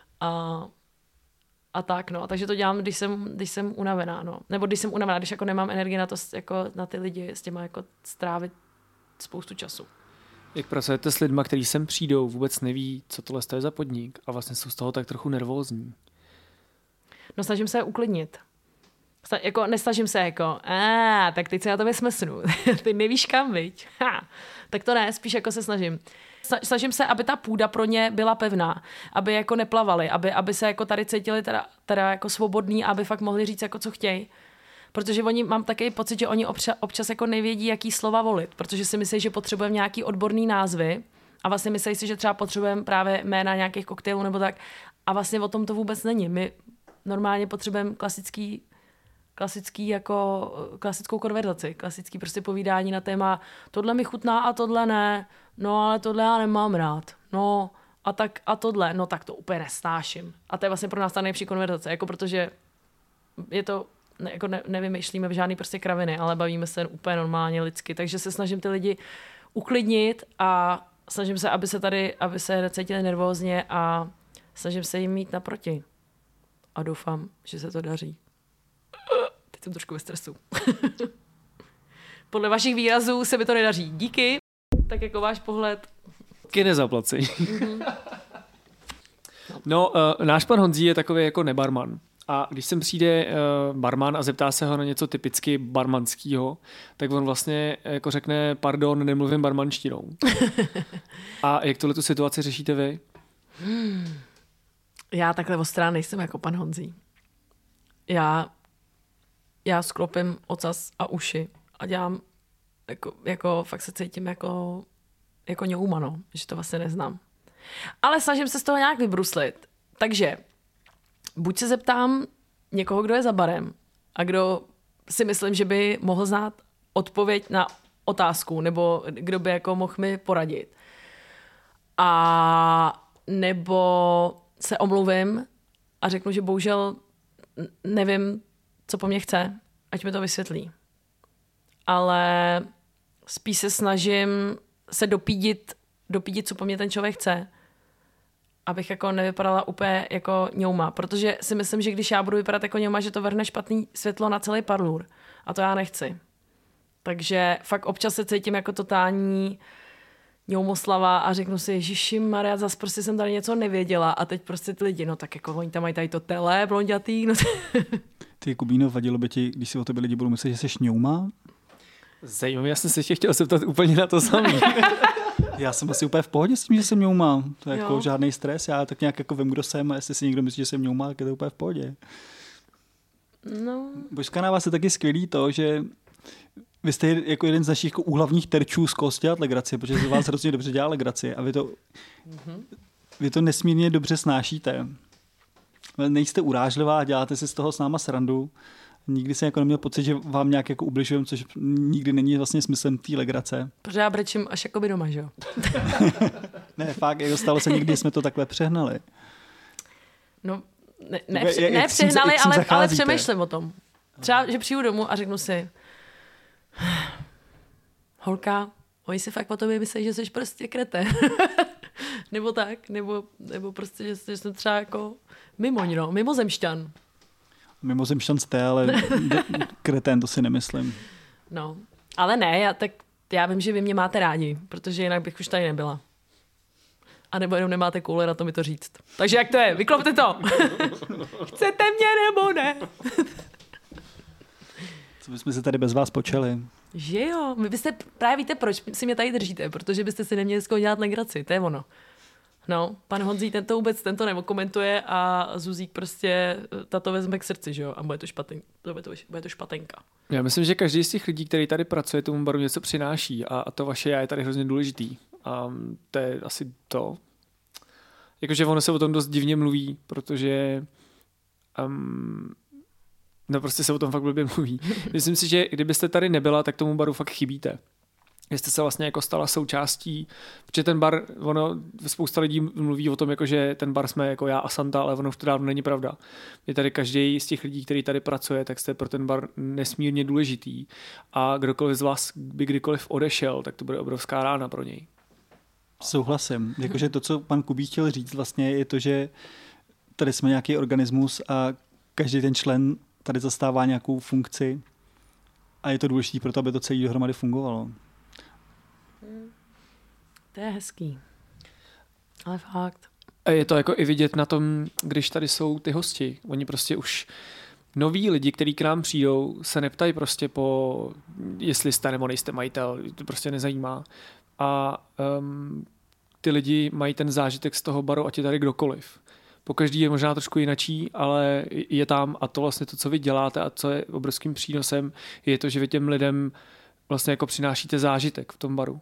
a tak, no. Takže to dělám, když jsem unavená, no. Nebo když jsem unavená, když jako nemám energii na to, jako na ty lidi s těma jako strávit spoustu času. Jak pracujete s lidma, kteří sem přijdou, vůbec neví, co tohle je za podnik a vlastně jsou z toho tak trochu nervózní? No snažím se je uklidnit. Nesnažím se tak teď se na tobě smysnu. Ty nevíš kam, viď? Tak to ne, spíš jako se snažím. Snažím se, aby ta půda pro ně byla pevná, aby jako neplavali, aby se jako tady cítili teda jako svobodní, aby fakt mohli říct jako co chtějí. Protože oni, mám taky pocit, že oni občas jako nevědí, jaký slova volit, protože si myslí, že potřebujeme nějaký odborný názvy a vlastně myslí si, že třeba potřebujeme právě jména nějakých koktejlů nebo tak a vlastně o tom to vůbec není. My normálně potřebujeme klasickou konverzaci, klasický prostě povídání na téma tohle mi chutná a tohle ne, no ale tohle já nemám rád, no a tohle, no tak to úplně nesnáším. A to je vlastně pro nás ta nejlepší konverzace, jako protože je to, nevymýšlíme v žádný prostě kraviny, ale bavíme se úplně normálně lidsky, takže se snažím ty lidi uklidnit a snažím se, aby se necítili nervózně a snažím se jim mít naproti. A doufám, že se to daří. Teď jsem trošku ve stresu. Podle vašich výrazů se mi to nedaří. Díky. Tak jako váš pohled. Taky nezaplací. No, náš pan Honzí je takový jako nebarman. A když sem přijde barman a zeptá se ho na něco typicky barmanského, tak on vlastně jako řekne, pardon, nemluvím barmanštinou. A jak tuhletu situaci řešíte vy? Já takhle ostrá nejsem jako pan Honzí. Já sklopím ocas a uši a dělám, jako fakt se cítím jako ňouma, no, že to vlastně neznám. Ale snažím se z toho nějak vybruslit. Takže buď se zeptám někoho, kdo je za barem a kdo si myslím, že by mohl znát odpověď na otázku, nebo kdo by jako mohl mi poradit. A nebo se omluvím a řeknu, že bohužel nevím, co po mně chce, ať mi to vysvětlí. Ale spíš se snažím se dopídit, co po mně ten člověk chce, abych jako nevypadala úplně jako ňouma. Protože si myslím, že když já budu vypadat jako ňouma, že to vrhne špatný světlo na celý parlůr. A to já nechci. Takže fakt občas se cítím jako totální ňoumoslava a řeknu si, ježišimarja, zas prostě jsem tady něco nevěděla a teď prostě ty lidi, no tak jako oni tam mají tady to tele, blondětý. No. Ty, Kubíno, vadilo by ti, když si o tebe lidi budou myslet, že jsi ňouma? Zajímavé, já jsem se chtěl zeptat úplně na to samé. Já jsem asi úplně v pohodě s tím, že jsem ňouma. To je jako žádný stres, já tak nějak jako vím, kdo jsem a jestli si někdo myslí, že jsem ňouma, tak je to úplně v pohodě. No. Božská na vás je taky skvělý to, že vy jste jako jeden z našich jako úhlavních terčů z koho dělat legraci, protože z vás hrozně dobře dělá legraci a vy to nesmírně dobře snášíte. Nejste urážlivá, děláte si z toho s náma srandu. Nikdy jsem jako neměl pocit, že vám nějak jako ubližujem, což nikdy není vlastně smyslem té legrace. Protože já brečím až jakoby doma, že jo? Ne, fakt, jako stalo se někdy, jsme to takhle přehnali. No, ne přehnali, ale přemýšlím o tom. Třeba, že přijdu domů a řeknu si, holka, oni si fakt o tobě myslí, že jsi prostě krete. Nebo tak, nebo prostě, že jsem třeba jako mimozemšťan. Mimozemšťan jste, ale kretén, to si nemyslím. No, ale ne, já vím, že vy mě máte rádi, protože jinak bych už tady nebyla. A nebo jenom nemáte koule na to mi to říct. Takže jak to je? Vyklopte to! Chcete mě nebo ne? Co bychom se tady bez vás počali? Že jo, vy byste, právě víte, proč si mě tady držíte, protože byste si neměli s koho dělat legraci, to je ono. No, pan Honzí tento nekomentuje a Zuzík prostě tato vezme k srdci, že jo, a bude to špatenka. Já myslím, že každý z těch lidí, který tady pracuje, tomu baru něco přináší a to vaše já je tady hrozně důležitý. A to je asi to. Jakože ono se o tom dost divně mluví, protože no prostě se o tom fakt blbě mluví. Myslím si, že kdybyste tady nebyla, tak tomu baru fakt chybíte. jste se vlastně jako stala součástí, protože ten bar, spousta lidí mluví o tom, jako, že ten bar jsme jako já a Santa, ale ono už to dávno není pravda. Je tady každý z těch lidí, který tady pracuje, tak jste pro ten bar nesmírně důležitý a kdokoliv z vás by kdykoliv odešel, tak to bude obrovská rána pro něj. Souhlasím. Jakože to, co pan Kubík chtěl říct vlastně, je to, že tady jsme nějaký organismus a každý ten člen tady zastává nějakou funkci a je to důležité pro to, aby to celé dohromady fungovalo. To je hezký. Ale fakt. A je to jako i vidět na tom, když tady jsou ty hosti. Oni prostě už noví lidi, kteří k nám přijdou, se neptají prostě po, jestli jste nebo nejste majitel, to prostě nezajímá. A ty lidi mají ten zážitek z toho baru, ať je tady kdokoliv. Po každý je možná trošku jinačí, ale je tam a to vlastně to, co vy děláte a co je obrovským přínosem, je to, že vy těm lidem vlastně jako přinášíte zážitek v tom baru.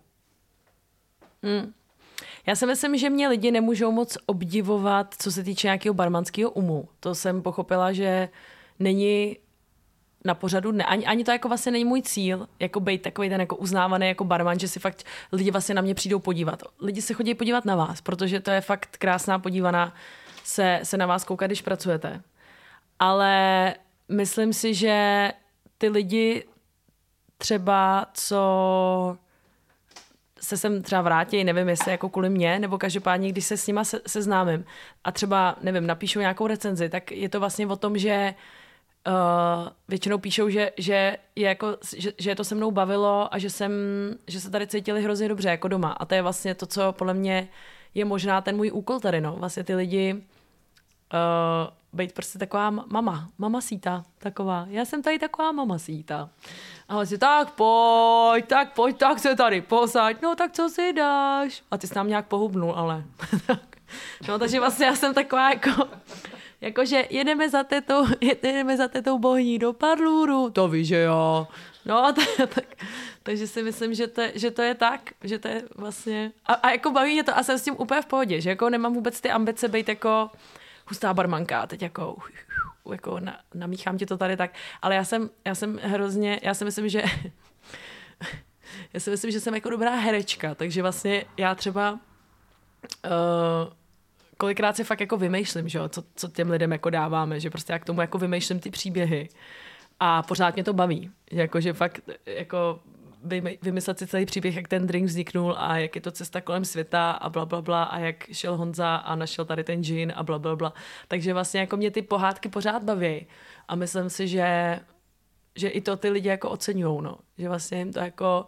Já si myslím, že mě lidi nemůžou moc obdivovat, co se týče nějakého barmanského umu. To jsem pochopila, že není na pořadu, ani to jako vlastně není můj cíl, jako být takový ten jako uznávaný jako barman, že si fakt lidi vlastně na mě přijdou podívat. Lidi se chodí podívat na vás, protože to je fakt krásná podívaná se na vás koukat, když pracujete. Ale myslím si, že ty lidi třeba, co se sem třeba vrátí, nevím, jestli jako kvůli mě, nebo každopádně, když se s nima seznámím a třeba, nevím, napíšou nějakou recenzi, tak je to vlastně o tom, že většinou píšou, že je to se mnou bavilo a že se tady cítili hrozně dobře jako doma. A to je vlastně to, co podle mě je možná ten můj úkol tady, no. Vlastně ty lidi být prostě taková mama síta, taková. Já jsem tady taková mama síta. A vlastně, tak pojď, tak se tady posaď, no tak co si dáš? A ty jsi nám nějak pohubnul, ale. No takže vlastně já jsem taková jakože jedeme za tetou bohní do parlůru, to víš, že jo. No, takže si myslím, že to je tak, že to je vlastně. A jako baví mě to a jsem s tím úplně v pohodě, že jako nemám vůbec ty ambice být jako hustá barmanka, teď jako namíchám ti to tady tak, ale já si myslím, že jsem jako dobrá herečka, takže vlastně já třeba kolikrát si fakt jako vymýšlím, že jo, co těm lidem jako dáváme, že prostě já k tomu jako vymýšlím ty příběhy a pořád mě to baví, že fakt jako vymyslet si celý příběh, jak ten drink vzniknul a jak je to cesta kolem světa a blablabla a jak šel Honza a našel tady ten džin a blablabla. Takže vlastně jako mě ty pohádky pořád baví a myslím si, že i to ty lidi jako oceňujou, no. Že vlastně jim to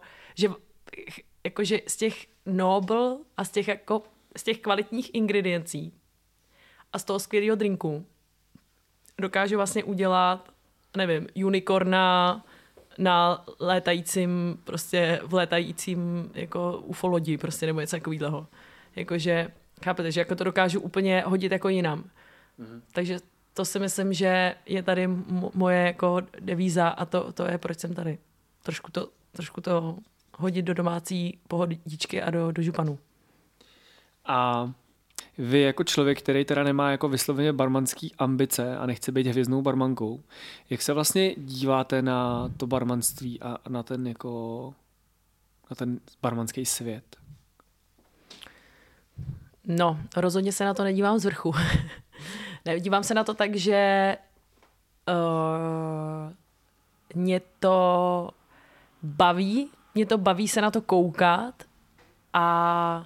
že z těch noble a z těch kvalitních ingrediencí a z toho skvělého drinku dokážu vlastně udělat, nevím, unicorna na létajícím, prostě v létajícím jako UFO lodi, prostě nebo něco takového. Jakože, chápete, že jako to dokážu úplně hodit jako jinam. Takže to si myslím, že je tady moje jako devíza a to je, proč jsem tady. Trošku to hodit do domácí pohodičky a do županu. A vy jako člověk, který teda nemá jako vysloveně barmanský ambice a nechce být hvězdnou barmankou, jak se vlastně díváte na to barmanství a na ten barmanský svět? No, rozhodně se na to nedívám z vrchu. Dívám se na to tak, že mě to baví se na to koukat a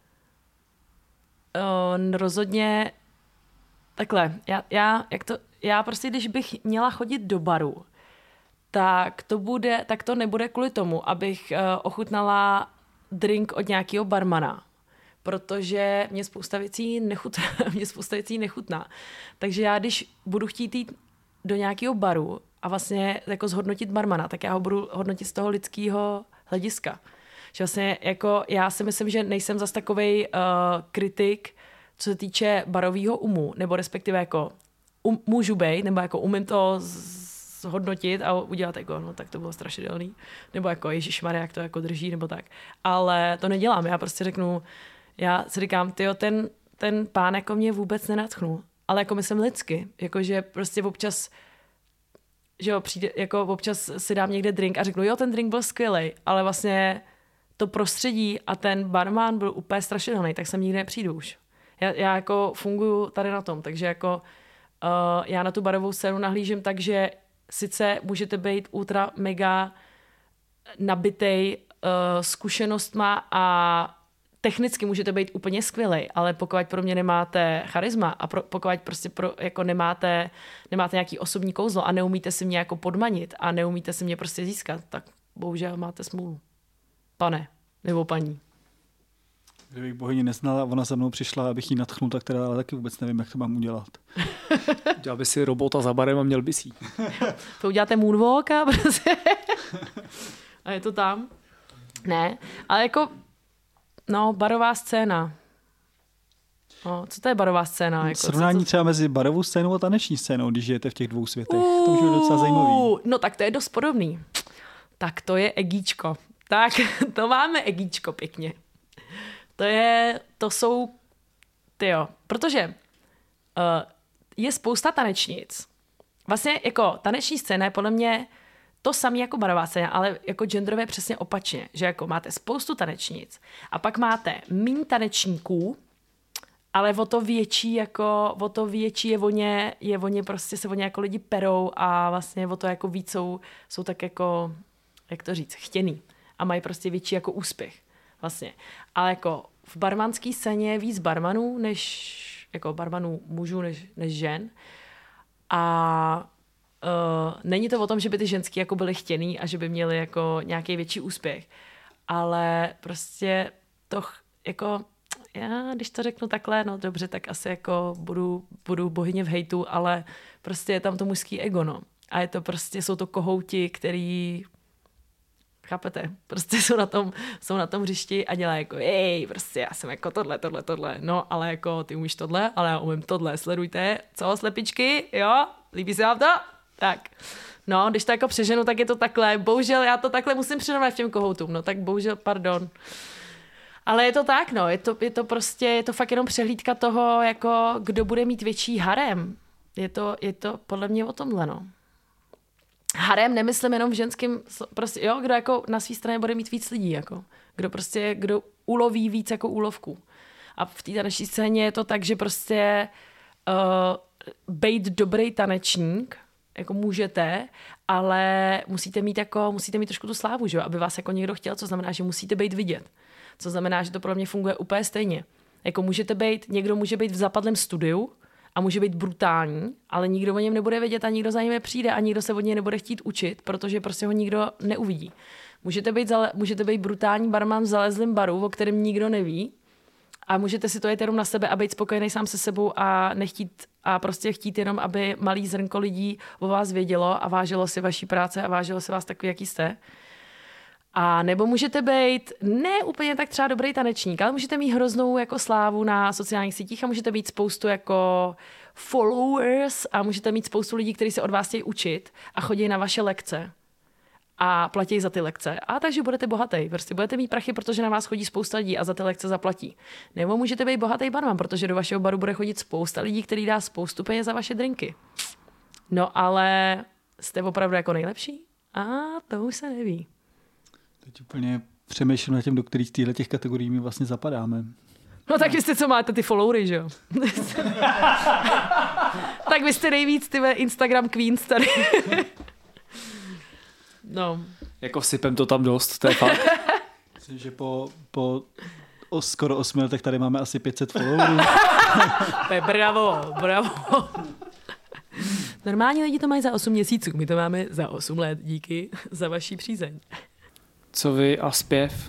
rozhodně takhle, já prostě, když bych měla chodit do baru, tak to nebude kvůli tomu, abych ochutnala drink od nějakého barmana, protože mě spousta věcí nechutná. Takže já, když budu chtít jít do nějakého baru a vlastně jako zhodnotit barmana, tak já ho budu hodnotit z toho lidského hlediska. Že vlastně jako já si myslím, že nejsem zas takovej kritik, co se týče barového umu, nebo respektive jako můžu být, nebo jako umím to zhodnotit a udělat jako, no tak to bylo strašidelný, nebo jako ježišmarja, jak to jako drží, nebo tak. Ale to nedělám, já prostě řeknu, já si říkám, tyjo, ten pán jako mě vůbec nenadchnul, ale jako myslím lidsky, jakože prostě občas, že jo, přijde, jako občas si dám někde drink a řeknu, jo, ten drink byl skvělej, ale vlastně to prostředí a ten barman byl úplně strašidelný, tak sem nikdy nepřijdu už. Já jako funguju tady na tom, takže jako já na tu barovou scénu nahlížím tak, že sice můžete být ultra mega nabitej zkušenostma a technicky můžete být úplně skvělej, ale pokud pro mě nemáte charisma a pokud prostě jako nemáte nějaký osobní kouzlo a neumíte si mě jako podmanit a neumíte si mě prostě získat, tak bohužel máte smůlu. Pane, nebo paní. Kdybych bohyni neznala a ona za mnou přišla, abych jí nadchnul, tak teda ale taky vůbec nevím, jak to mám udělat. Dělal by si robota za barem a měl by si. To uděláte moonwalk a prostě. A je to tam. Ne, ale jako barová scéna. No, co to je barová scéna? Jako, srovnání třeba mezi barovou scénou a taneční scénou, když žijete v těch dvou světech. To už je docela zajímavý. No tak to je dost podobný. Tak to je egíčko. Tak to máme egíčko pěkně. To jsou, protože je spousta tanečnic. Vlastně jako taneční scéna je podle mě to samé jako barová scéna, ale jako genderové přesně opačně, že jako máte spoustu tanečnic a pak máte míň tanečníků, ale o to větší je o ně prostě se o ně jako lidi perou a vlastně o to jako víc jsou tak jako, jak to říct, chtěný a mají prostě větší jako úspěch vlastně. Ale jako v barmanské scéně je víc barmanů, jako barmanů mužů než žen a není to o tom, že by ty ženský jako byly chtěný a že by měly jako nějaký větší úspěch, ale prostě to jako já, když to řeknu takhle, no dobře, tak asi jako budu bohyně v hejtu, ale prostě je tam to mužský ego, no. A je to prostě, jsou to kohouti, který, chápete, prostě jsou na tom hřišti a dělají jako, prostě já jsem jako tohle, no, ale jako ty umíš tohle, ale já umím tohle, sledujte, co, slepičky, jo, líbí se vám to? Tak. No, když to jako přeženu, tak je to takhle. Bohužel já to takhle musím přirovnat v těm kohoutům, no tak bohužel, pardon. Ale je to tak, no, je to fakt jenom přehlídka toho, jako kdo bude mít větší harem. Je to podle mě o tomhle, no. Harem nemyslím jenom v ženském, prostě, jo, kdo jako na své straně bude mít víc lidí, jako. Kdo uloví víc jako úlovku. A v té taneční scéně je to tak, že prostě bejt dobrý tanečník, jako můžete, ale musíte mít trošku tu slávu, že jo, aby vás jako někdo chtěl, co znamená, že musíte být vidět. Co znamená, že to pro mě funguje úplně stejně. Jako někdo může být v zapadlém studiu a může být brutální, ale nikdo o něm nebude vědět a nikdo za ním nepřijde a nikdo se od něj nebude chtít učit, protože prostě ho nikdo neuvidí. Můžete být brutální barman v zalezlém baru, o kterém nikdo neví, a můžete si to jet jenom na sebe a být spokojený sám se sebou a prostě chtít jenom, aby malý zrnko lidí o vás vědělo a vážilo si vaší práce a vážilo si vás takový, jaký jste. A nebo můžete být ne úplně tak třeba dobrý tanečník, ale můžete mít hroznou jako slávu na sociálních sítích a můžete mít spoustu jako followers a můžete mít spoustu lidí, kteří se od vás chtějí učit a chodí na vaše lekce a platí za ty lekce. A takže budete bohatý. Prostě budete mít prachy, protože na vás chodí spousta lidí a za ty lekce zaplatí. Nebo můžete být bohatý barman, protože do vašeho baru bude chodit spousta lidí, který dá spoustu peněz za vaše drinky. No ale jste opravdu jako nejlepší? A to už se neví. Teď úplně přemýšlím na těm, do kterých těch kategorií my vlastně zapadáme. No tak vy jste co máte, ty followery, že jo? Tak vy jste nejvíc ty Instagram queens tady. No. Jako sypem to tam dost, to je fakt. Myslím, že po skoro 8 letech tady máme asi 500 followerů. Bravo. Normální lidi to mají za 8 měsíců, my to máme za 8 let, díky za vaší přízeň. Co vy a zpěv?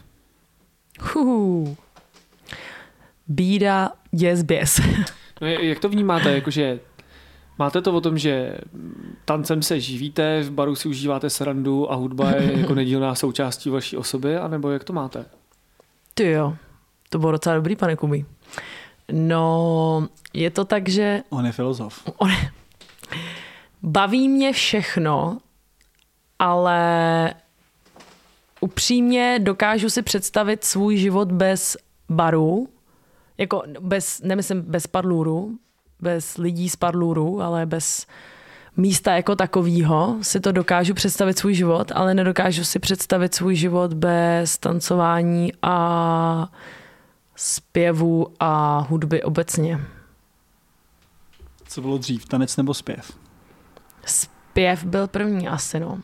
Bída, děs, běs. No, jak to vnímáte? Jakože máte to o tom, že tancem se živíte, v baru si užíváte srandu a hudba je jako nedílná součástí vaší osoby, anebo jak to máte? Ty jo, to bylo docela dobrý, pane Kuby. No, je to tak, že... On je filozof. Baví mě všechno, ale upřímně dokážu si představit svůj život bez baru, jako nemyslím bez parlůru, bez lidí z parlůru, ale bez místa jako takovýho si to dokážu představit svůj život, ale nedokážu si představit svůj život bez tancování a zpěvu a hudby obecně. Co bylo dřív, tanec nebo zpěv? Zpěv byl první asi, no.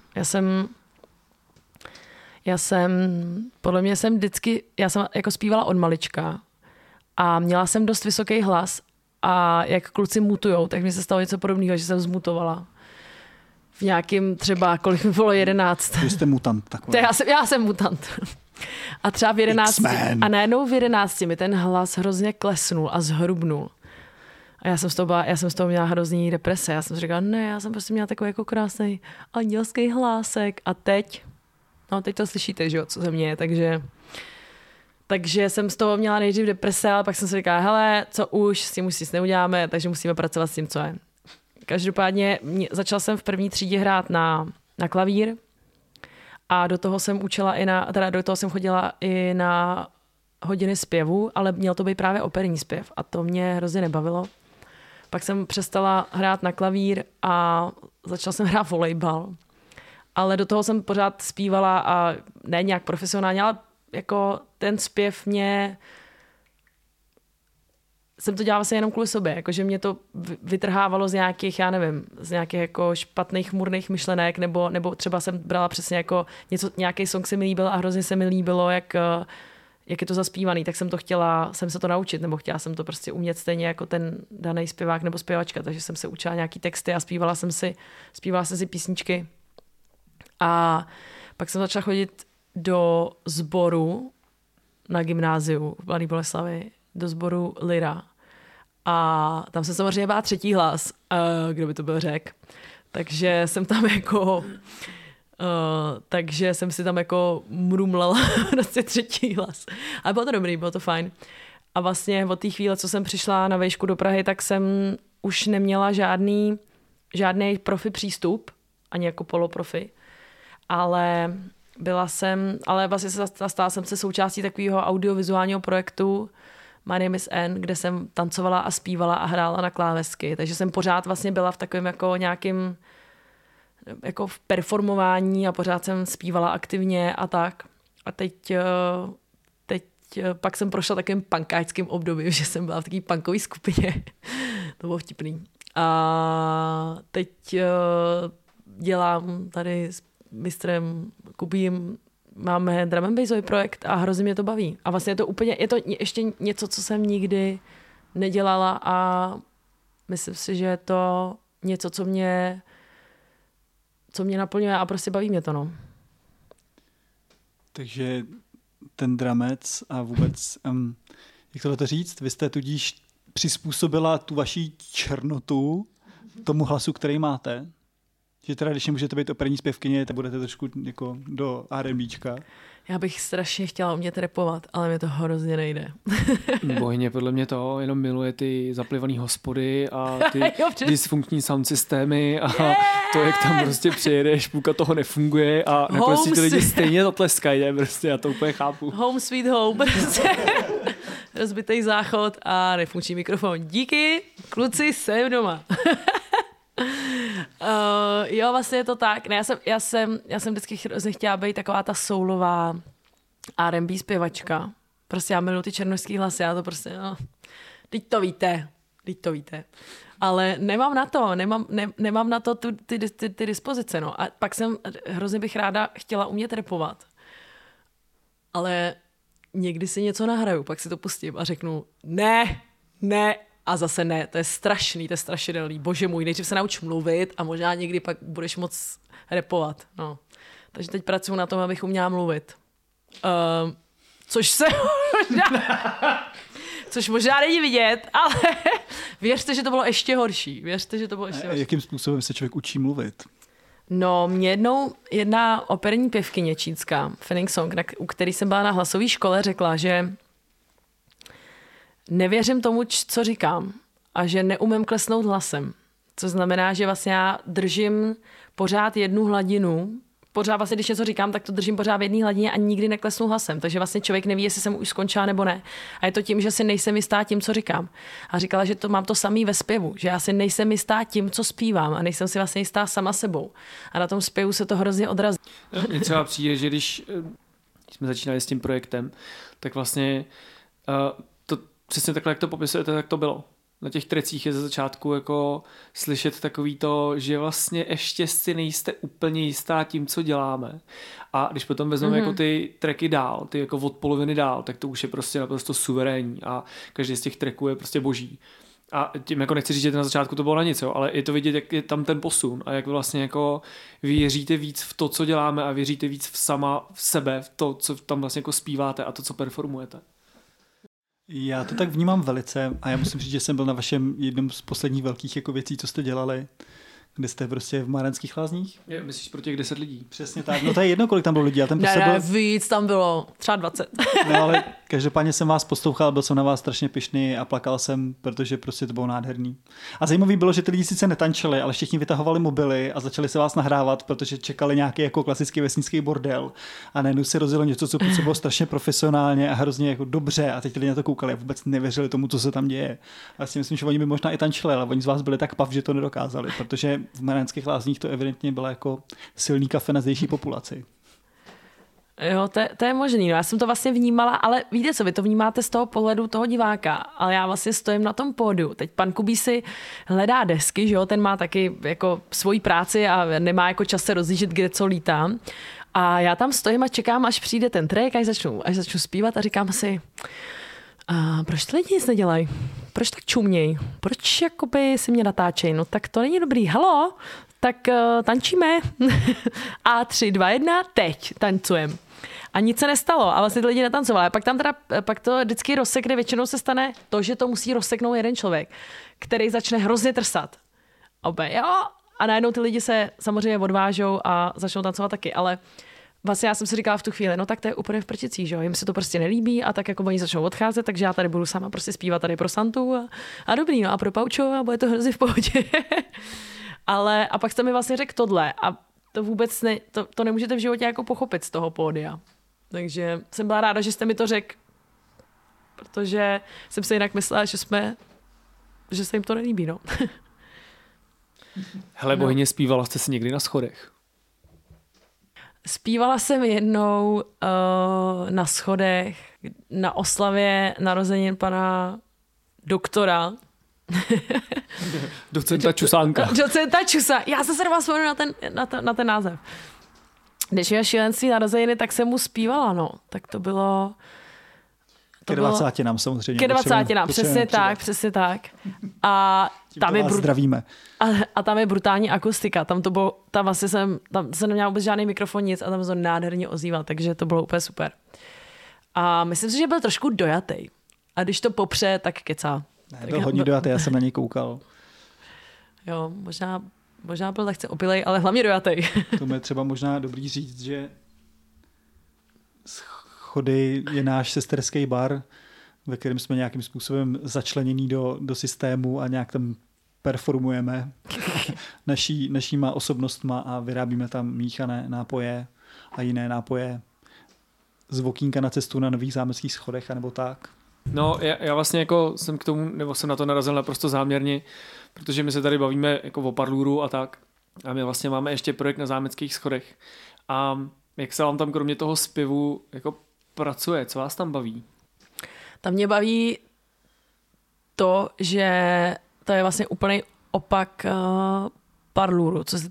Já jsem jako zpívala od malička a měla jsem dost vysoký hlas a jak kluci mutujou, tak mi se stalo něco podobného, že jsem zmutovala. V nějakým třeba, kolik mi bylo 11. Vy jste mutant takový. Já jsem mutant. A třeba v 11. X-Men. A najednou v 11 mi ten hlas hrozně klesnul a zhrubnul. A já jsem z toho měla hrozný deprese. Já jsem si říkala, ne, já jsem prostě měla takový jako krásný andělský hlásek. A teď to slyšíte, že jo, co ze mě je, takže jsem z toho měla nejdřív deprese, ale pak jsem si říkala, hele, co už, s tím už nic neuděláme, takže musíme pracovat s tím, co je. Každopádně začala jsem v první třídě hrát na klavír a do toho jsem chodila i na hodiny zpěvu, ale měl to být právě operní zpěv a to mě hrozně nebavilo. Pak jsem přestala hrát na klavír a začala jsem hrát volejbal. Ale do toho jsem pořád zpívala a ne nějak profesionálně, ale jako ten zpěv jsem to dělala vlastně jenom kvůli sobě, jakože mě to vytrhávalo z nějakých, z nějakých jako špatných chmurných myšlenek, nebo třeba jsem brala přesně jako nějaký song se mi líbil a hrozně se mi líbilo, jak je to zaspívaný, tak chtěla se to naučit, nebo chtěla jsem to prostě umět stejně jako ten daný zpěvák nebo zpěvačka, takže jsem se učila nějaký texty a zpívala jsem si písničky. A pak jsem začala chodit do sboru na gymnáziu v Mladé Boleslavi, do sboru Lyra. A tam jsem samozřejmě byla třetí hlas, kdo by to byl řek. Takže jsem tam takže jsem si tam jako mrumlala prostě třetí hlas. Ale bylo to dobrý, bylo to fajn. A vlastně od té chvíle, co jsem přišla na vejšku do Prahy, tak jsem už neměla žádný profi přístup, ani jako poloprofi. Ale vlastně stala jsem se součástí takového audiovizuálního projektu My Name is N, kde jsem tancovala a zpívala a hrála na klávesky. Takže jsem pořád vlastně byla v takovém jako nějakým jako v performování a pořád jsem zpívala aktivně a tak. A teď pak jsem prošla takovým punkáčským obdobím, že jsem byla v takové punkové skupině. To bylo vtipný. A teď dělám tady s mistrem Kubím, máme drum and bassový projekt a hrozně mě to baví. A vlastně je to ještě něco, co jsem nikdy nedělala a myslím si, že je to něco, co mě naplňuje a prostě baví mě to, no. Takže ten dramec a vůbec, jak to říct, vy jste tudíž přizpůsobila tu vaši černotu tomu hlasu, který máte? Že teda, když nemůžete být operní zpěvkyně, tak budete trošku jako do R&Bčka. Já bych strašně chtěla umět rapovat, ale mi to hrozně nejde. Bohyně podle mě to jenom miluje ty zaplivaný hospody a ty dysfunkční sound systémy a to, jak tam prostě přijedeš, půlka toho nefunguje a nakonec si ty lidi stejně zatleskají, prostě já to úplně chápu. Home sweet home, prostě. Rozbitej záchod a nefunkční mikrofon. Díky, kluci, jsem doma. Jo, vlastně je to tak. Ne, já jsem vždycky hrozně chtěla být taková ta soulová R&B zpěvačka. Prostě já miluji ty černošský hlasy, já to prostě, teď to víte. Ale nemám na to ty dispozice, no. A pak hrozně bych ráda chtěla umět rapovat. Ale někdy si něco nahraju, pak si to pustím a řeknu ne, a zase ne, to je strašidelný. Bože můj, nejdřív se nauč mluvit a možná někdy pak budeš moc rapovat. No. Takže teď pracuji na tom, abych uměla mluvit. Což možná není vidět, ale věřte, že to bylo ještě horší. Jakým způsobem se člověk učí mluvit? No, mě jedna operní pěvkyně čínská, Fenning Song, u který jsem byla na hlasové škole, řekla, že nevěřím tomu, co říkám a že neumím klesnout hlasem. Což znamená, že vlastně já držím pořád jednu hladinu pořád vlastně, když něco říkám, tak to držím pořád v jedné hladině a nikdy neklesnu hlasem. Takže vlastně člověk neví, jestli jsem už skončila nebo ne. A je to tím, že si nejsem jistá tím, co říkám. A říkala, že to mám to samý ve zpěvu, že já si nejsem jistá tím, co zpívám a nejsem si vlastně jistá sama sebou. A na tom zpěvu se to hrozně odrazí. Mně třeba přijde, že když jsme začínali s tím projektem, tak vlastně to přesně takhle, jak to popisujete, tak to bylo. Na těch trecích je ze začátku jako slyšet takový to, že vlastně ještě si nejste úplně jistá tím, co děláme. A když potom vezmeme jako ty tracky dál, ty jako od poloviny dál, tak to už je prostě naprosto suverénní a každý z těch tracků je prostě boží. A tím jako nechci říct, že na začátku to bylo na nic, jo, ale je to vidět, jak je tam ten posun a jak vlastně jako věříte víc v to, co děláme a věříte víc v sebe, v to, co tam vlastně jako zpíváte a to, co performujete. Já to tak vnímám velice a já musím říct, že jsem byl na vašem jednom z posledních velkých jako věcí, co jste dělali, kde jste prostě v Mariánských Lázních. Myslíš pro těch 10 lidí? Přesně tak. No to je jedno, kolik tam bylo lidí. Ne, víc tam bylo. Třeba 20. No ale každopádně jsem vás poslouchal, byl jsem na vás strašně pyšný a plakal jsem, protože prostě to bylo nádherný. A zajímavý bylo, že ty lidi sice netančili, ale všichni vytahovali mobily a začali se vás nahrávat, protože čekali nějaký jako klasický vesnický bordel. A najednou se rozjelo něco, co bylo strašně profesionálně a hrozně jako dobře. A teď lidi na to koukali a vůbec nevěřili tomu, co se tam děje. A si myslím, že oni by možná i tančili, ale oni z vás byli tak pav, že to nedokázali, protože v Mariánských Lázních to evidentně bylo jako silný kafe na zdejší populaci. Jo, to je možný. No, já jsem to vlastně vnímala, ale víte co, vy to vnímáte z toho pohledu toho diváka, ale já vlastně stojím na tom pódiu. Teď pan Kubí si hledá desky, že jo, ten má taky jako svoji práci a nemá jako čas se rozjíždět, kde co lítám. A já tam stojím a čekám, až přijde ten track, až začnu zpívat a říkám si, proč ty lidi nic nedělají? Proč tak čuměj? Proč jakoby si mě natáčejí? No tak to není dobrý. Halo? Tak tančíme. A 3, 2, 1, teď tancujeme. A nic se nestalo a vlastně ty lidi netancovali. Pak to vždycky rozsekne, většinou se stane to, že to musí rozseknout jeden člověk, který začne hrozně trsat. Jo. A najednou ty lidi se samozřejmě odvážou a začnou tancovat taky, ale vlastně já jsem si říkala v tu chvíli, no tak to je úplně v prčicích, že jo, jim se to prostě nelíbí a tak jako oni začnou odcházet, takže já tady budu sama prostě zpívat tady pro Santu a dobrý, no a pro Paučo a bude to hrozně v pohodě. Ale a pak jste mi vlastně řekl tohle a to vůbec to nemůžete v životě jako pochopit z toho pódia. Takže jsem byla ráda, že jste mi to řekl, protože jsem si jinak myslela, že se jim to nelíbí, no. Hele, bohyně, zpívala jste si někdy na schodech? Zpívala jsem jednou na schodech na oslavě narozenin pana doktora. Docenta Čusánka. Docenta Čusa. Já jsem se vzpomněla na ten název. Když měl šílenství narozeniny, tak jsem mu zpívala, no. Tak to bylo... Ke 20 nám samozřejmě. Ke 20 nám, přesně tak. A tam je zdravíme. A tam je brutální akustika. Tam vlastně jsem neměla vůbec žádný mikrofon, nic a tam se to nádherně ozýval, takže to bylo úplně super. A myslím si, že byl trošku dojatý. A když to popře, tak kecá. Ne, byl hodně dojatý, já jsem na něj koukal. Jo, možná byl lehce opilej, ale hlavně dojatý. To je třeba možná dobrý říct, že Schody je náš sesterský bar, ve kterém jsme nějakým způsobem začlenění do systému a nějak tam performujeme našíma osobnostma a vyrábíme tam míchané nápoje a jiné nápoje z okýnka na cestu na Nových Zámeckých schodech, anebo tak. No, já vlastně jako jsem k tomu, nebo jsem na to narazil naprosto záměrně, protože my se tady bavíme jako o parlůru a tak. A my vlastně máme ještě projekt na Zámeckých schodech. A jak se vám tam kromě toho zpěvu jako pracuje? Co vás tam baví? Tam mě baví že to je vlastně úplný opak parlůru, co se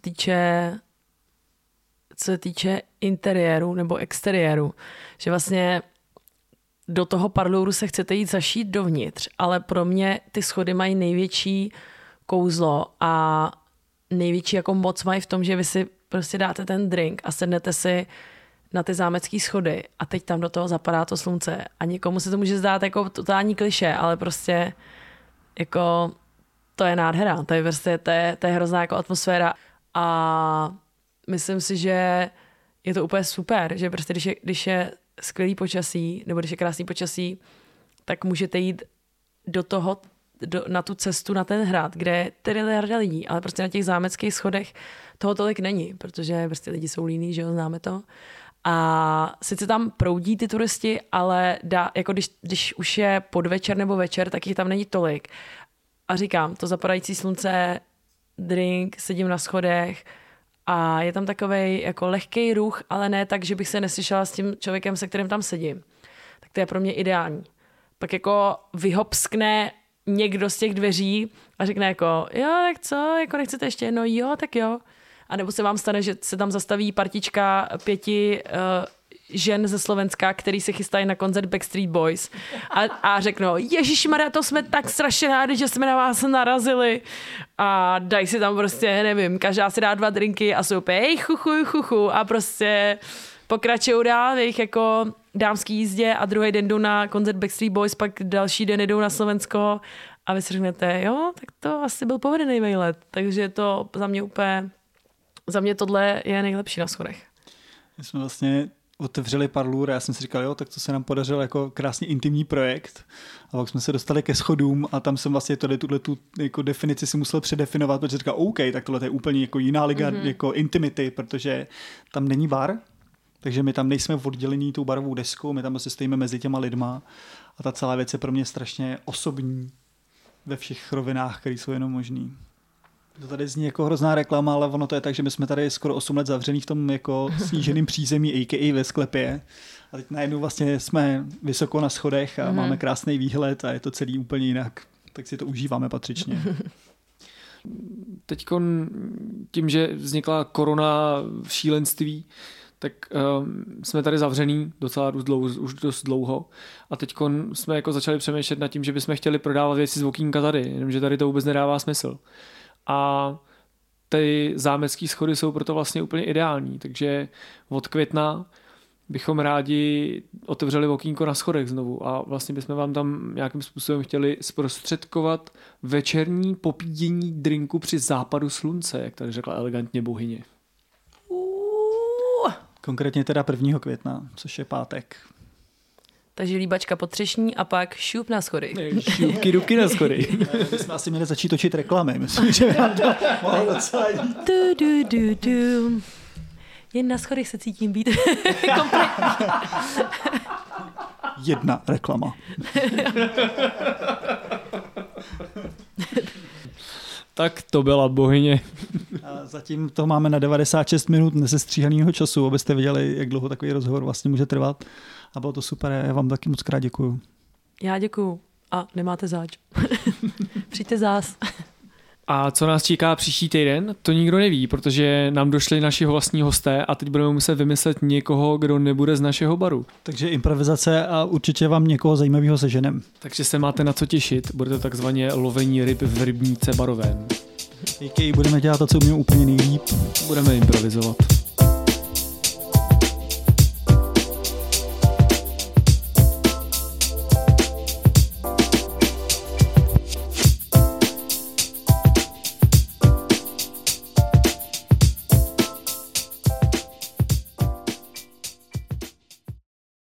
týče interiéru nebo exteriéru. Že vlastně do toho parlůru se chcete jít zašít dovnitř, ale pro mě ty schody mají největší kouzlo a největší jako moc mají v tom, že vy si prostě dáte ten drink a sednete si na ty zámecký schody a teď tam do toho zapadá to slunce a někomu se to může zdát jako totální klišé, ale prostě jako to je nádhera, to je prostě, to je hrozná jako atmosféra a myslím si, že je to úplně super, že prostě když je skvělý počasí, nebo když je krásný počasí, tak můžete jít do toho na tu cestu, na ten hrad, kde je miliarda lidí, ale prostě na těch zámeckých schodech toho tolik není, protože prostě lidi jsou líní, že jo, známe to. A sice tam proudí ty turisti, ale jako když už je podvečer nebo večer, tak jich tam není tolik. A říkám, to zapadající slunce, drink, sedím na schodech a je tam takovej jako lehkej ruch, ale ne tak, že bych se neslyšela s tím člověkem, se kterým tam sedím. Tak to je pro mě ideální. Pak jako vyhopskne někdo z těch dveří a řekne jako, jo, tak co, jako nechcete ještě jedno, jo, tak jo. A nebo se vám stane, že se tam zastaví partička 5 žen ze Slovenska, který se chystají na koncert Backstreet Boys a řeknou, ježišmarja, to jsme tak strašně rádi, že jsme na vás narazili a dají si tam prostě, nevím, každá si dá 2 drinky a jsou úplně, hej, chuchu a prostě pokračují dál v jejich jako dámský jízdě a druhý den jdou na koncert Backstreet Boys, pak další den jdou na Slovensko a vy si řeknete, jo, tak to asi byl povedený výlet, takže to za mě tohle je nejlepší na schodech. My jsme vlastně otevřeli Parlour a já jsem si říkal, jo, tak to se nám podařilo jako krásně intimní projekt. A pak jsme se dostali ke schodům a tam jsem vlastně tu jako definici si musel předefinovat, protože říkal, OK, tak tohle je úplně jako jiná liga jako intimity, protože tam není bar, takže my tam nejsme oddělení tou barovou deskou, my tam se stojíme mezi těma lidma a ta celá věc je pro mě strašně osobní ve všech rovinách, které jsou jenom možný. To tady zní jako hrozná reklama, ale ono to je tak, že my jsme tady skoro 8 let zavřený v tom jako sníženém přízemí, a.k.a. ve sklepě. A teď najednou vlastně jsme vysoko na schodech a máme krásný výhled a je to celý úplně jinak. Tak si to užíváme patřičně. Teď tím, že vznikla korona v šílenství, tak jsme tady zavřený už dost dlouho a teď jsme jako začali přemýšlet nad tím, že bychom chtěli prodávat věci z okýnka tady, jenomže tady to vůbec nedává smysl. A ty zámecké schody jsou proto vlastně úplně ideální, takže od května bychom rádi otevřeli okýnko na schodech znovu a vlastně bychom vám tam nějakým způsobem chtěli zprostředkovat večerní popíjení drinku při západu slunce, jak tady řekla elegantně bohyně. Konkrétně teda 1. května, což je pátek. Takže líbačka po třešní a pak šup na schody. Šupky dubky na schody. My jsme asi měli začít točit reklamy. Myslím, že nám to mohlo docela jít. Jen na schodech se cítím být kompletní. Jedna reklama. Tak to byla bohyně. A zatím to máme na 96 minut nesestříhaného času, abyste viděli, jak dlouho takový rozhovor vlastně může trvat. A bylo to super, já vám taky moc krát děkuju. Já děkuju. A nemáte zač. Přijďte zás. A co nás čeká příští týden, to nikdo neví, protože nám došli naši vlastní hosté a teď budeme muset vymyslet někoho, kdo nebude z našeho baru. Takže improvizace a určitě vám někoho zajímavého seženem. Takže se máte na co těšit, bude to takzvaně lovení ryb v rybníce barovém. Budeme dělat to, co umíme úplně nejlíp. Budeme improvizovat.